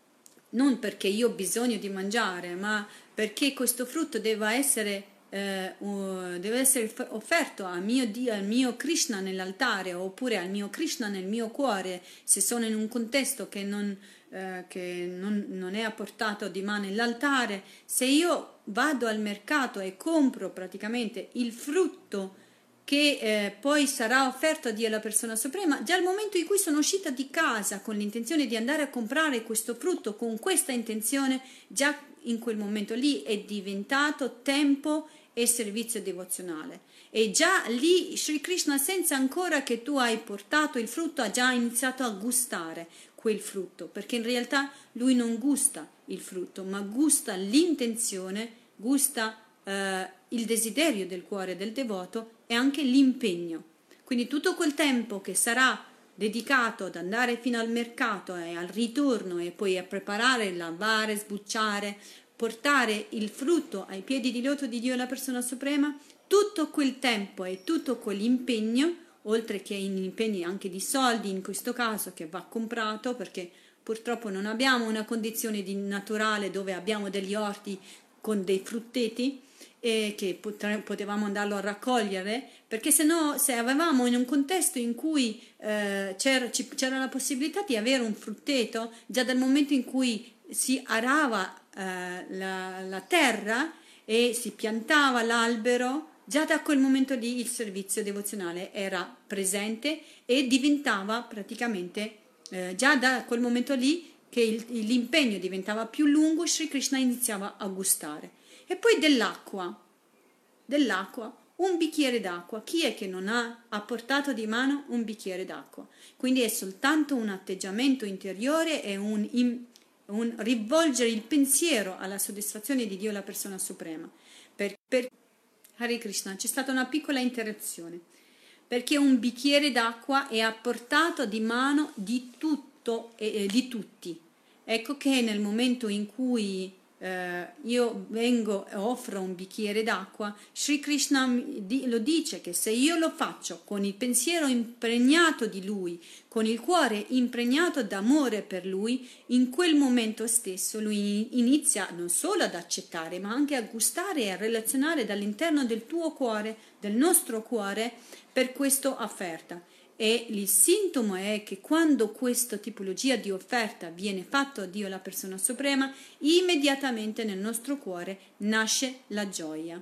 non perché io ho bisogno di mangiare, ma perché questo frutto deve essere, eh, uh, deve essere offerto al mio Dio, al mio Krishna nell'altare, oppure al mio Krishna nel mio cuore, se sono in un contesto che non Eh, che non, non è a portata di mano nell'altare, se io vado al mercato e compro praticamente il frutto che eh, poi sarà offerto a Dio alla persona suprema, già al momento in cui sono uscita di casa con l'intenzione di andare a comprare questo frutto, con questa intenzione, già in quel momento lì è diventato tempo e servizio devozionale. E già lì Sri Krishna, senza ancora che tu hai portato il frutto, ha già iniziato a gustare quel frutto, perché in realtà lui non gusta il frutto, ma gusta l'intenzione, gusta eh, il desiderio del cuore del devoto e anche l'impegno. Quindi tutto quel tempo che sarà dedicato ad andare fino al mercato e al ritorno e poi a preparare, lavare, sbucciare, portare il frutto ai piedi di loto di Dio, la persona suprema, tutto quel tempo e tutto quell'impegno, oltre che in impegni anche di soldi in questo caso, che va comprato, perché purtroppo non abbiamo una condizione di naturale dove abbiamo degli orti con dei frutteti e che potevamo andarlo a raccogliere, perché se no, se avevamo in un contesto in cui eh, c'era, c'era la possibilità di avere un frutteto, già dal momento in cui si arava eh, la, la terra e si piantava l'albero, già da quel momento lì il servizio devozionale era presente e diventava praticamente, eh, già da quel momento lì che il, l'impegno diventava più lungo, Sri Krishna iniziava a gustare. E poi dell'acqua, dell'acqua, un bicchiere d'acqua. Chi è che non ha a portata di mano un bicchiere d'acqua? Quindi è soltanto un atteggiamento interiore e un, un rivolgere il pensiero alla soddisfazione di Dio, la persona suprema. Per, per Hare Krishna, c'è stata una piccola interruzione, perché un bicchiere d'acqua è a portata di mano di tutto e eh, di tutti. Ecco che nel momento in cui eh, io vengo e offro un bicchiere d'acqua, Sri Krishna lo dice che se io lo faccio con il pensiero impregnato di Lui, con il cuore impregnato d'amore per Lui, in quel momento stesso Lui inizia non solo ad accettare, ma anche a gustare e a relazionare dall'interno del tuo cuore, del nostro cuore, per questa offerta. E il sintomo è che quando questa tipologia di offerta viene fatta a Dio, la persona suprema, immediatamente nel nostro cuore nasce la gioia.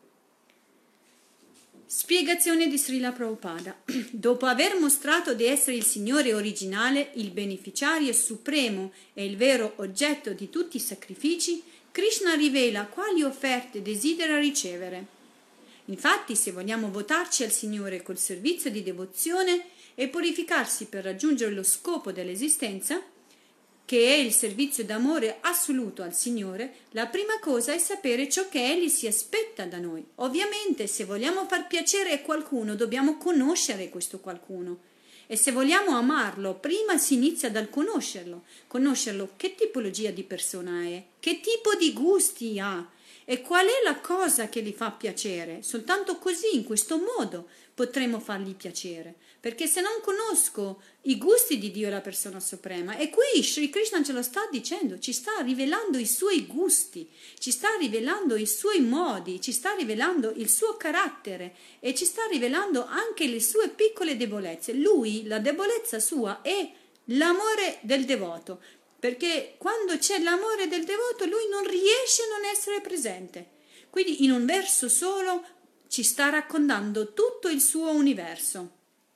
Spiegazione di Srila Prabhupada. Dopo aver mostrato di essere il Signore originale, il beneficiario supremo e il vero oggetto di tutti i sacrifici, Krishna rivela quali offerte desidera ricevere. Infatti, se vogliamo votarci al Signore col servizio di devozione e purificarsi per raggiungere lo scopo dell'esistenza, che è il servizio d'amore assoluto al Signore, la prima cosa è sapere ciò che Egli si aspetta da noi. Ovviamente, se vogliamo far piacere a qualcuno, dobbiamo conoscere questo qualcuno. E se vogliamo amarlo, prima si inizia dal conoscerlo. Conoscerlo, che tipologia di persona è, che tipo di gusti ha, e qual è la cosa che gli fa piacere. Soltanto così, in questo modo, potremo fargli piacere. Perché se non conosco i gusti di Dio, la persona suprema, e qui Sri Krishna ce lo sta dicendo, ci sta rivelando i suoi gusti, ci sta rivelando i suoi modi, ci sta rivelando il suo carattere e ci sta rivelando anche le sue piccole debolezze. Lui, la debolezza sua è l'amore del devoto. Perché quando c'è l'amore del devoto lui non riesce a non essere presente. Quindi in un verso solo ci sta raccontando tutto il suo universo.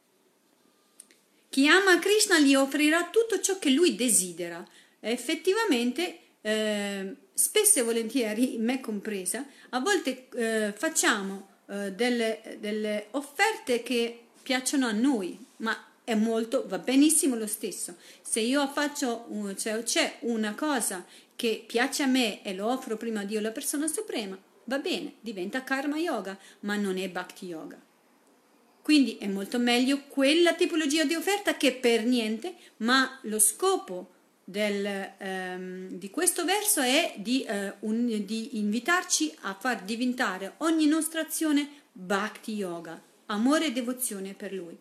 Chi ama Krishna gli offrirà tutto ciò che lui desidera. E effettivamente, eh, spesso e volentieri, me compresa, a volte eh, facciamo eh, delle, delle offerte che piacciono a noi, ma è molto, va benissimo lo stesso. Se io faccio, cioè c'è una cosa che piace a me e lo offro prima a Dio, la persona suprema, va bene, diventa karma yoga, ma non è bhakti yoga. Quindi è molto meglio quella tipologia di offerta che per niente, ma lo scopo del, ehm, di questo verso è di, eh, un, di invitarci a far diventare ogni nostra azione Bhakti Yoga, amore e devozione per Lui.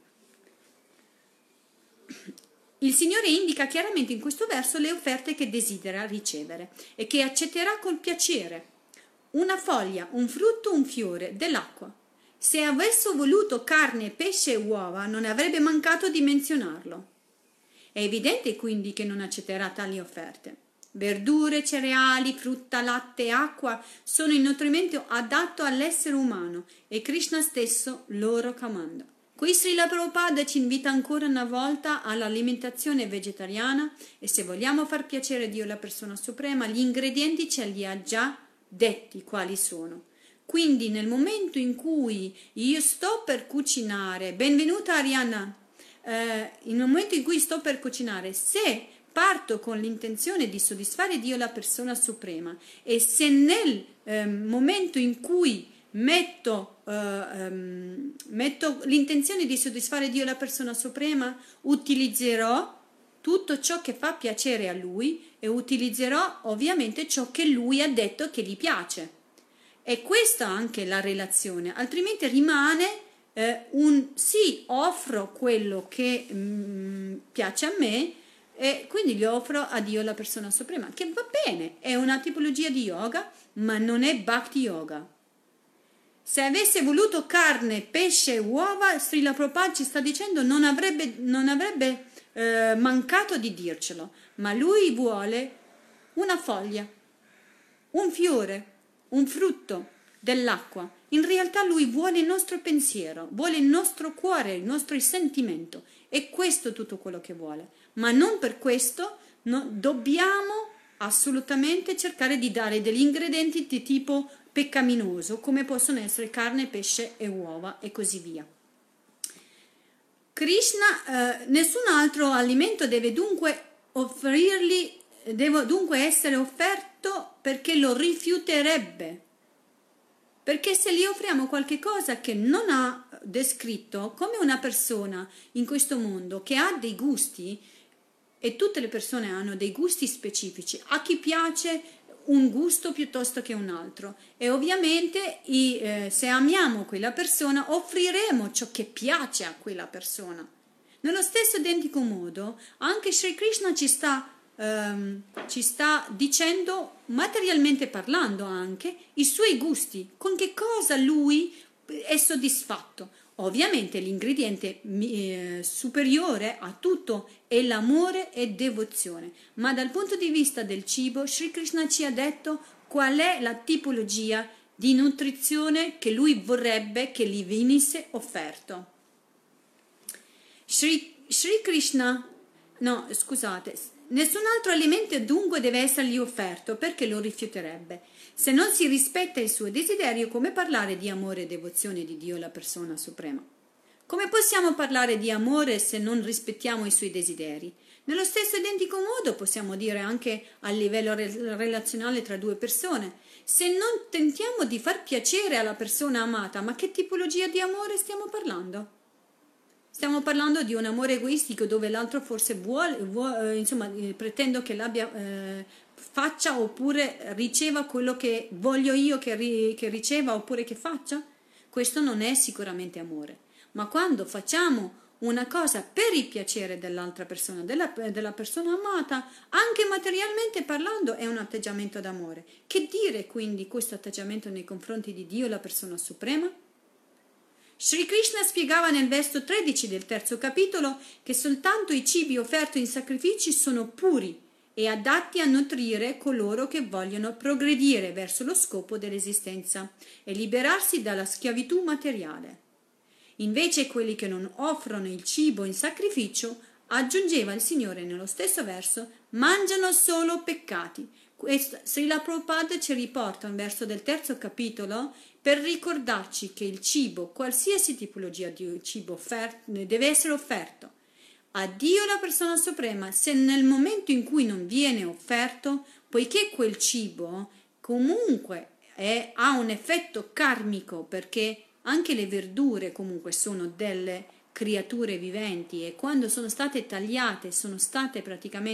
Il Signore indica chiaramente in questo verso le offerte che desidera ricevere e che accetterà col piacere. Una foglia, un frutto, un fiore, dell'acqua. Se avesse voluto carne, pesce e uova, non avrebbe mancato di menzionarlo. È evidente quindi che non accetterà tali offerte. Verdure, cereali, frutta, latte e acqua sono il nutrimento adatto all'essere umano e Krishna stesso lo raccomanda. Qui Srila Prabhupada ci invita ancora una volta all'alimentazione vegetariana e se vogliamo far piacere Dio la persona suprema, gli ingredienti ce li ha già detti quali sono. Quindi nel momento in cui io sto per cucinare, benvenuta Arianna, eh, nel momento in cui sto per cucinare, se parto con l'intenzione di soddisfare Dio la persona suprema e se nel eh, momento in cui metto, uh, um, metto l'intenzione di soddisfare Dio la persona suprema, utilizzerò tutto ciò che fa piacere a Lui e utilizzerò ovviamente ciò che Lui ha detto che gli piace. E questa anche la relazione, altrimenti rimane eh, un sì, offro quello che mm, piace a me e quindi gli offro a Dio la persona suprema, che va bene, è una tipologia di yoga, ma non è Bhakti Yoga. Se avesse voluto carne, pesce e uova, Srila Prabhupada ci sta dicendo non avrebbe, non avrebbe eh, mancato di dircelo, ma lui vuole una foglia, un fiore, un frutto dell'acqua. In realtà lui vuole il nostro pensiero, vuole il nostro cuore, il nostro sentimento. E questo è tutto quello che vuole. Ma non per questo no, dobbiamo assolutamente cercare di dare degli ingredienti di tipo peccaminoso, come possono essere carne, pesce e uova e così via. Krishna, eh, nessun altro alimento deve dunque offrirgli, deve dunque essere offerto perché lo rifiuterebbe. Perché se gli offriamo qualche cosa che non ha descritto, come una persona in questo mondo che ha dei gusti, e tutte le persone hanno dei gusti specifici, a chi piace un gusto piuttosto che un altro e ovviamente i, eh, se amiamo quella persona offriremo ciò che piace a quella persona. Nello stesso identico modo anche Sri Krishna ci sta, ehm, ci sta dicendo, materialmente parlando anche, i suoi gusti, con che cosa lui è soddisfatto. Ovviamente l'ingrediente eh, superiore a tutto è l'amore e devozione, ma dal punto di vista del cibo Sri Krishna ci ha detto qual è la tipologia di nutrizione che lui vorrebbe che gli venisse offerto. Sri, Sri Krishna, no scusate, nessun altro alimento dunque deve essergli offerto perché lo rifiuterebbe. Se non si rispetta il suo desiderio, come parlare di amore e devozione di Dio, la persona suprema? Come possiamo parlare di amore se non rispettiamo i suoi desideri? Nello stesso identico modo possiamo dire anche a livello relazionale tra due persone. Se non tentiamo di far piacere alla persona amata, ma che tipologia di amore stiamo parlando? Stiamo parlando di un amore egoistico dove l'altro forse vuole, vuole insomma, pretendo che l'abbia eh, faccia oppure riceva quello che voglio io che, ri, che riceva oppure che faccia. Questo non è sicuramente amore. Ma quando facciamo una cosa per il piacere dell'altra persona, della, della persona amata, anche materialmente parlando, è un atteggiamento d'amore. Che dire quindi questo atteggiamento nei confronti di Dio, la persona suprema? Sri Krishna spiegava nel verso tredici del terzo capitolo che soltanto i cibi offerti in sacrifici sono puri e adatti a nutrire coloro che vogliono progredire verso lo scopo dell'esistenza e liberarsi dalla schiavitù materiale. Invece quelli che non offrono il cibo in sacrificio, aggiungeva il Signore nello stesso verso, mangiano solo peccati. Questo Srila Prabhupada ci riporta un verso del terzo capitolo per ricordarci che il cibo, qualsiasi tipologia di cibo offerto, deve essere offerto a Dio la persona suprema. Se nel momento in cui non viene offerto, poiché quel cibo comunque è, ha un effetto karmico, perché anche le verdure comunque sono delle creature viventi e quando sono state tagliate sono state praticamente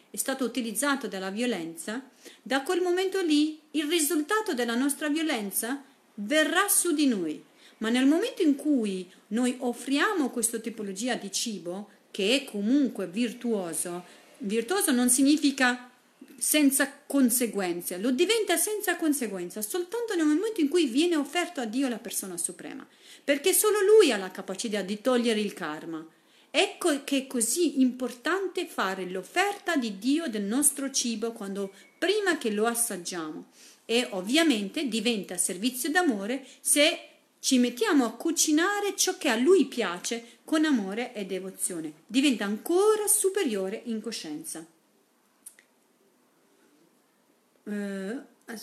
è stato utilizzato dalla violenza, da quel momento lì il risultato della nostra violenza verrà su di noi. Ma nel momento in cui noi offriamo questa tipologia di cibo, che è comunque virtuoso, virtuoso non significa senza conseguenze, lo diventa senza conseguenza soltanto nel momento in cui viene offerto a Dio la persona suprema, perché solo Lui ha la capacità di togliere il karma. Ecco che è così importante fare l'offerta di Dio del nostro cibo quando, prima che lo assaggiamo, e ovviamente diventa servizio d'amore se ci mettiamo a cucinare ciò che a Lui piace con amore e devozione, diventa ancora superiore in coscienza. Uh,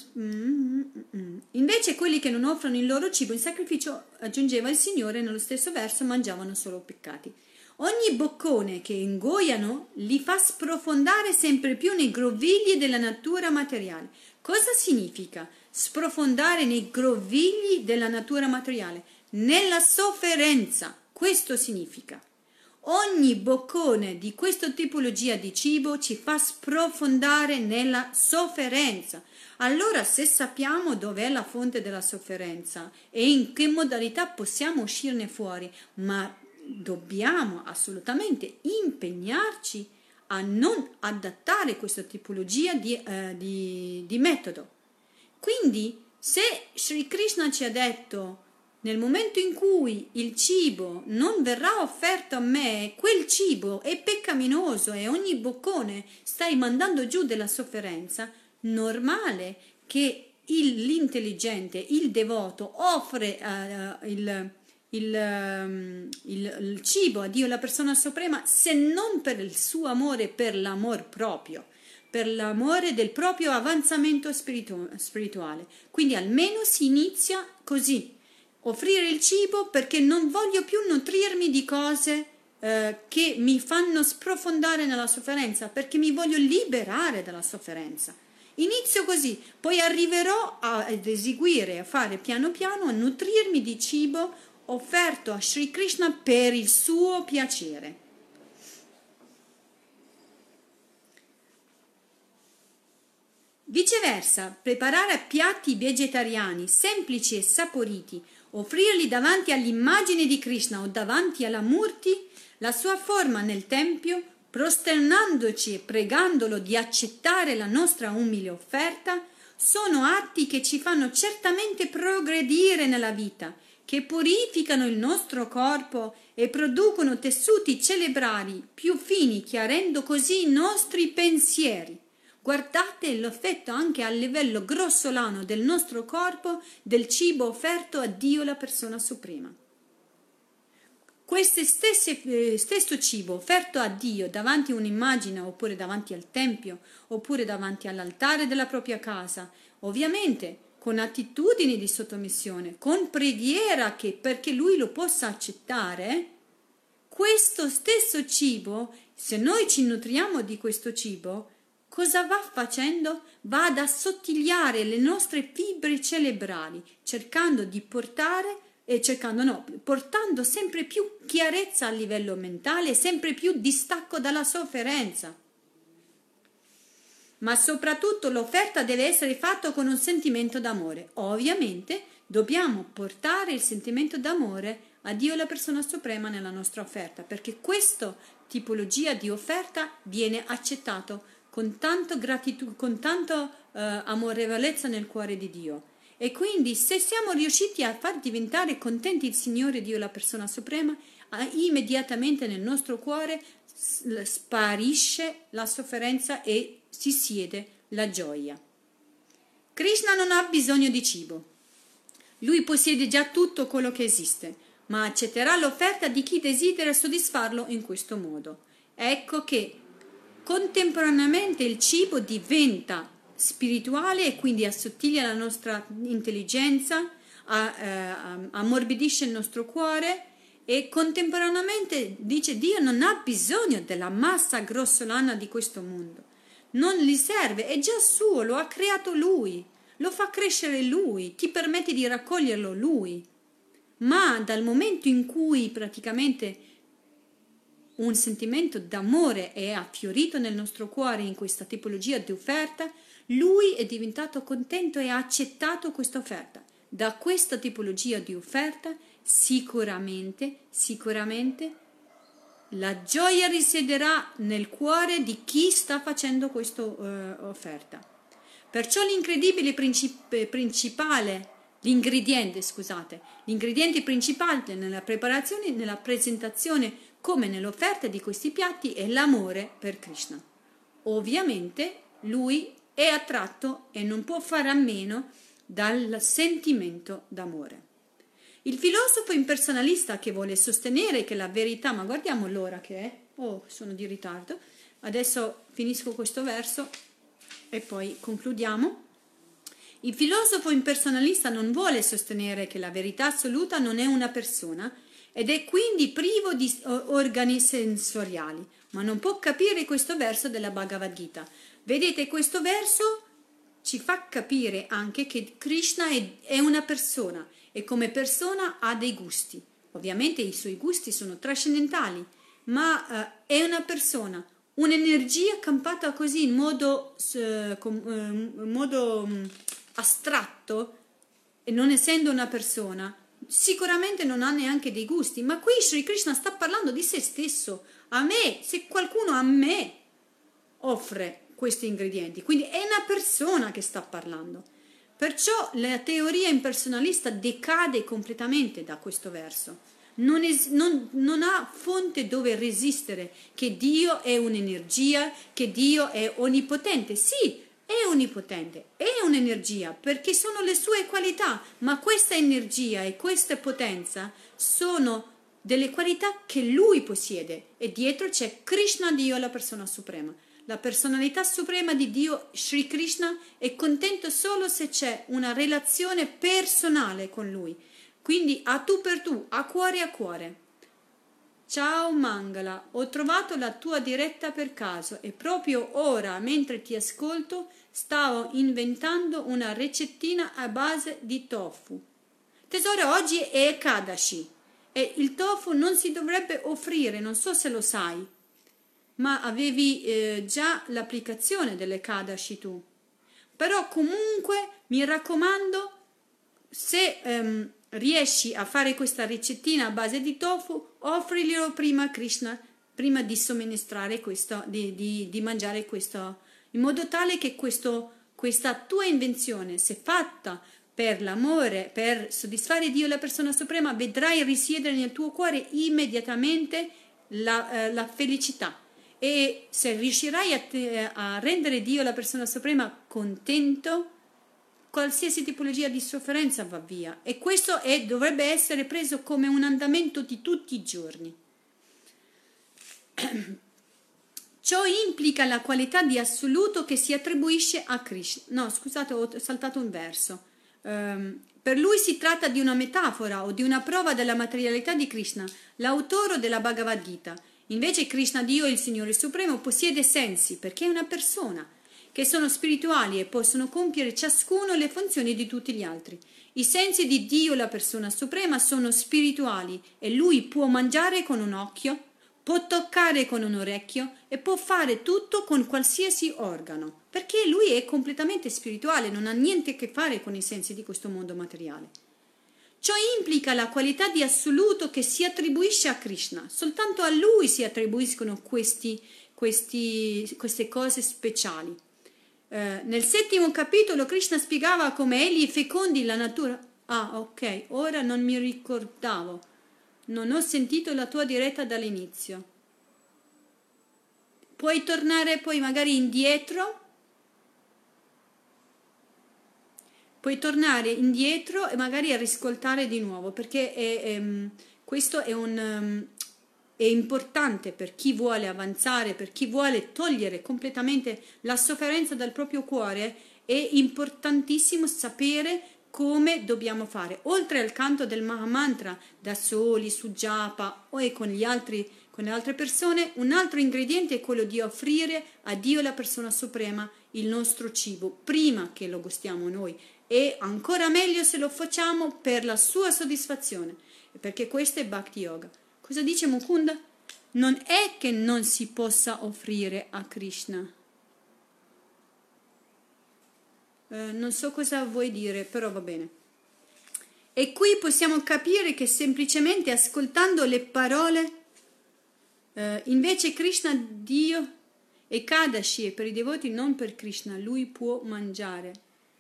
invece quelli che non offrono il loro cibo in sacrificio, aggiungeva il Signore nello stesso verso, mangiavano solo peccati. Ogni boccone che ingoiano li fa sprofondare sempre più nei grovigli della natura materiale. Cosa significa sprofondare nei grovigli della natura materiale? Nella sofferenza. Questo significa. Ogni boccone di questa tipologia di cibo ci fa sprofondare nella sofferenza. Allora, se sappiamo dov'è la fonte della sofferenza e in che modalità possiamo uscirne fuori, ma dobbiamo assolutamente impegnarci a non adattare questa tipologia di, eh, di, di metodo. Quindi, se Sri Krishna ci ha detto nel momento in cui il cibo non verrà offerto a me, quel cibo è peccaminoso e ogni boccone stai mandando giù della sofferenza, normale che il, l'intelligente, il devoto offre uh, il, il, um, il, il cibo a Dio, la persona suprema, se non per il suo amore, per l'amor proprio, per l'amore del proprio avanzamento spiritu- spirituale. Quindi almeno si inizia così. Offrire il cibo perché non voglio più nutrirmi di cose eh, che mi fanno sprofondare nella sofferenza, perché mi voglio liberare dalla sofferenza. Inizio così, poi arriverò ad eseguire, a fare piano piano, a nutrirmi di cibo offerto a Sri Krishna per il suo piacere. Viceversa, preparare piatti vegetariani semplici e saporiti, offrirli davanti all'immagine di Krishna o davanti alla Murti, la sua forma nel tempio, prosternandoci e pregandolo di accettare la nostra umile offerta, sono atti che ci fanno certamente progredire nella vita, che purificano il nostro corpo e producono tessuti cerebrali più fini, chiarendo così i nostri pensieri. Guardate l'effetto anche a livello grossolano del nostro corpo del cibo offerto a Dio, la persona suprema. Questo stesse, stesso cibo offerto a Dio davanti a un'immagine oppure davanti al tempio oppure davanti all'altare della propria casa, ovviamente con attitudini di sottomissione, con preghiera che perché Lui lo possa accettare, questo stesso cibo, se noi ci nutriamo di questo cibo, cosa va facendo? Va ad assottigliare le nostre fibre cerebrali, cercando di portare, e cercando no, portando sempre più chiarezza a livello mentale, sempre più distacco dalla sofferenza. Ma soprattutto l'offerta deve essere fatta con un sentimento d'amore. Ovviamente dobbiamo portare il sentimento d'amore a Dio, la persona suprema, nella nostra offerta, perché questa tipologia di offerta viene accettato con tanto gratitudine, con tanto eh, amorevolezza nel cuore di Dio. E quindi se siamo riusciti a far diventare contenti il Signore Dio, la persona suprema, eh, immediatamente nel nostro cuore sparisce la sofferenza e si siede la gioia. Krishna non ha bisogno di cibo. Lui possiede già tutto quello che esiste, ma accetterà l'offerta di chi desidera soddisfarlo in questo modo. Ecco che contemporaneamente il cibo diventa spirituale e quindi assottiglia la nostra intelligenza, a, eh, ammorbidisce il nostro cuore e contemporaneamente dice Dio non ha bisogno della massa grossolana di questo mondo, non gli serve, è già suo, lo ha creato Lui, lo fa crescere Lui, ti permette di raccoglierlo Lui. Ma dal momento in cui praticamente un sentimento d'amore è affiorito nel nostro cuore in questa tipologia di offerta, lui è diventato contento e ha accettato questa offerta. Da questa tipologia di offerta sicuramente, sicuramente la gioia risiederà nel cuore di chi sta facendo questa uh, offerta. Perciò l'incredibile princip- principale, l'ingrediente, scusate, l'ingrediente principale nella preparazione, nella presentazione come nell'offerta di questi piatti è l'amore per Krishna. Ovviamente lui è attratto e non può fare a meno dal sentimento d'amore. Il filosofo impersonalista che vuole sostenere che la verità, ma guardiamo l'ora che è, oh sono di ritardo, adesso finisco questo verso e poi concludiamo. Il filosofo impersonalista non vuole sostenere che la verità assoluta non è una persona ed è quindi privo di organi sensoriali, ma non può capire questo verso della Bhagavad Gita. Vedete, questo verso ci fa capire anche che Krishna è, è una persona e come persona ha dei gusti. Ovviamente i suoi gusti sono trascendentali, ma uh, è una persona, un'energia campata così in modo, uh, com, uh, in modo um, astratto, e non essendo una persona, sicuramente non ha neanche dei gusti. Ma qui Sri Krishna sta parlando di se stesso. A me, se qualcuno a me offre questi ingredienti, quindi è una persona che sta parlando. Perciò la teoria impersonalista decade completamente da questo verso. Non, es- non, non ha fonte dove resistere, che Dio è un'energia, che Dio è onnipotente. Sì, è onnipotente, è un'energia, perché sono le sue qualità, ma questa energia e questa potenza sono delle qualità che Lui possiede, e dietro c'è Krishna, Dio, la persona suprema. La personalità suprema di Dio, Sri Krishna, è contento solo se c'è una relazione personale con Lui. Quindi a tu per tu, a cuore a cuore. Ciao Mangala, ho trovato la tua diretta per caso e proprio ora, mentre ti ascolto, stavo inventando una ricettina a base di tofu. Tesoro, oggi è Ekadashi e il tofu non si dovrebbe offrire, non so se lo sai. Ma avevi eh, già l'applicazione dell'Ekadashi tu. Però comunque mi raccomando, se ehm, riesci a fare questa ricettina a base di tofu, offrilo prima a Krishna, prima di somministrare questo, di, di, di mangiare questo, in modo tale che questo, questa tua invenzione, se fatta per l'amore, per soddisfare Dio, la persona suprema, vedrai risiedere nel tuo cuore immediatamente la, eh, la felicità. E se riuscirai a, te, a rendere Dio, la persona suprema, contento, qualsiasi tipologia di sofferenza va via. E questo è, dovrebbe essere preso come un andamento di tutti i giorni. Ciò implica la qualità di assoluto che si attribuisce a Krishna. No, scusate, ho saltato un verso. Um, per lui si tratta di una metafora o di una prova della materialità di Krishna, l'autore della Bhagavad Gita. Invece Krishna, Dio, il Signore Supremo, possiede sensi perché è una persona, che sono spirituali e possono compiere ciascuno le funzioni di tutti gli altri. I sensi di Dio, la persona suprema, sono spirituali e lui può mangiare con un occhio, può toccare con un orecchio e può fare tutto con qualsiasi organo, perché lui è completamente spirituale, non ha niente a che fare con i sensi di questo mondo materiale. Ciò implica la qualità di assoluto che si attribuisce a Krishna. Soltanto a lui si attribuiscono questi, questi, queste cose speciali. Eh, nel settimo capitolo Krishna spiegava come egli fecondi la natura. Ah, ok, ora non mi ricordavo. Non ho sentito la tua diretta dall'inizio. Puoi tornare poi magari indietro? Puoi tornare indietro e magari riscoltare di nuovo, perché è, è, questo è, un, è importante per chi vuole avanzare, per chi vuole togliere completamente la sofferenza dal proprio cuore. È importantissimo sapere come dobbiamo fare. Oltre al canto del Mahamantra da soli, su japa o con gli altri, con le altre persone, un altro ingrediente è quello di offrire a Dio, la persona suprema, il nostro cibo prima che lo gustiamo noi. E ancora meglio se lo facciamo per la sua soddisfazione, perché questo è Bhakti Yoga. Cosa dice Mukunda? non è che non si possa offrire a Krishna. Eh, non so cosa vuoi dire, però va bene. E qui possiamo capire che semplicemente ascoltando le parole, eh, invece Krishna, Dio, e Kadashi, e per i devoti non per Krishna, lui può mangiare.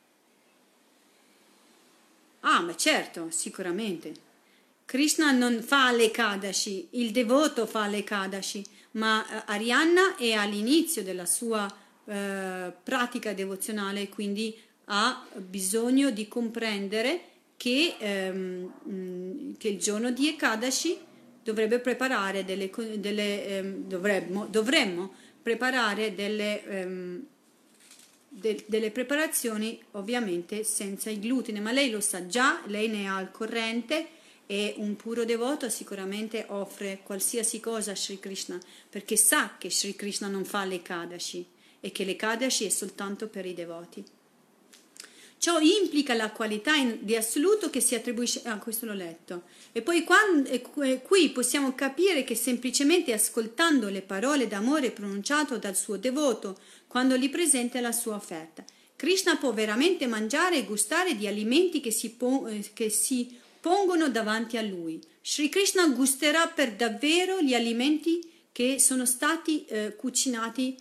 Ah, ma certo, sicuramente. Krishna non fa le Kadashi, il devoto fa le Kadashi, ma eh, Arianna è all'inizio della sua eh, pratica devozionale, quindi ha bisogno di comprendere che, ehm, che il giorno di Ekadashi dovrebbe preparare delle, delle ehm, dovremmo, dovremmo preparare delle, ehm, de, delle preparazioni ovviamente senza il glutine, ma lei lo sa già, lei ne ha al corrente, e un puro devoto sicuramente offre qualsiasi cosa a Sri Krishna, perché sa che Sri Krishna non fa le Kadashi e che le Kadashi è soltanto per i devoti. Ciò implica la qualità in, di assoluto che si attribuisce, ah, questo l'ho letto, e poi quando, e qui possiamo capire che semplicemente ascoltando le parole d'amore pronunciate dal suo devoto quando gli presenta la sua offerta, Krishna può veramente mangiare e gustare di alimenti che si, po- che si pongono davanti a lui. Sri Krishna gusterà per davvero gli alimenti che sono stati eh, cucinati,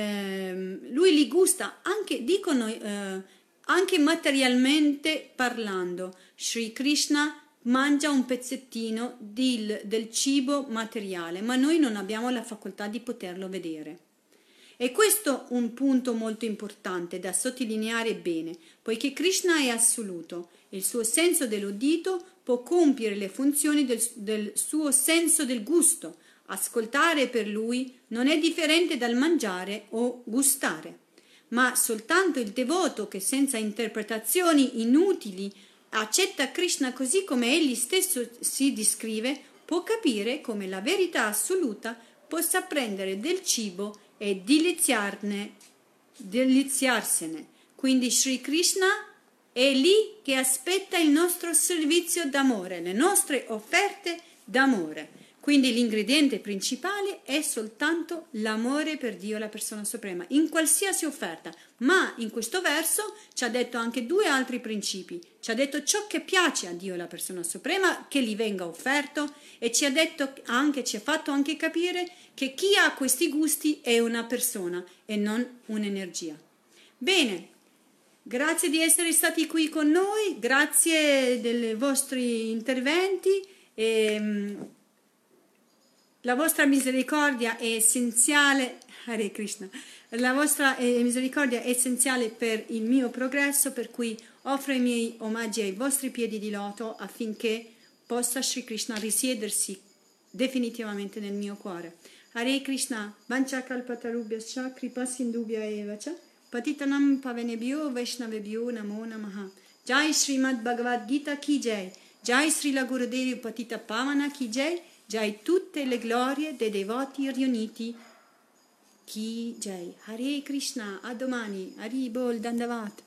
eh, lui li gusta, anche, dicono, eh, anche materialmente parlando. Sri Krishna mangia un pezzettino del, del cibo materiale, ma noi non abbiamo la facoltà di poterlo vedere. E questo è un punto molto importante da sottolineare bene, poiché Krishna è assoluto, il suo senso dell'udito può compiere le funzioni del, del suo senso del gusto. Ascoltare per lui non è differente dal mangiare o gustare, ma soltanto il devoto che senza interpretazioni inutili accetta Krishna così come egli stesso si descrive può capire come la verità assoluta possa prendere del cibo e deliziarne, deliziarsene. Quindi Sri Krishna è lì che aspetta il nostro servizio d'amore, le nostre offerte d'amore. Quindi l'ingrediente principale è soltanto l'amore per Dio, la persona suprema, in qualsiasi offerta. Ma in questo verso ci ha detto anche due altri principi. Ci ha detto ciò che piace a Dio, la persona suprema, che gli venga offerto, e ci ha detto anche, ci ha fatto anche capire che chi ha questi gusti è una persona e non un'energia. Bene, grazie di essere stati qui con noi, grazie dei vostri interventi. E, la vostra misericordia è essenziale, Hare Krishna, la vostra eh, misericordia è essenziale per il mio progresso, per cui offro i miei omaggi ai vostri piedi di loto affinché possa Sri Krishna risiedersi definitivamente nel mio cuore. Hare Krishna, Vancha Kalpatarubhyascha, Kripa Sindhubhya Evacha, Patitanam Pavanebhyo Vaishnavebhyo Namo Namaha. Jai Srimad Bhagavad Gita Ki Jai, Jai Srila Gurudev Patita Pavana Ki Jai, Jai tutte le glorie dei devoti riuniti. Ki Jai. Hare Krishna, a domani. Hari Bol Dandavat.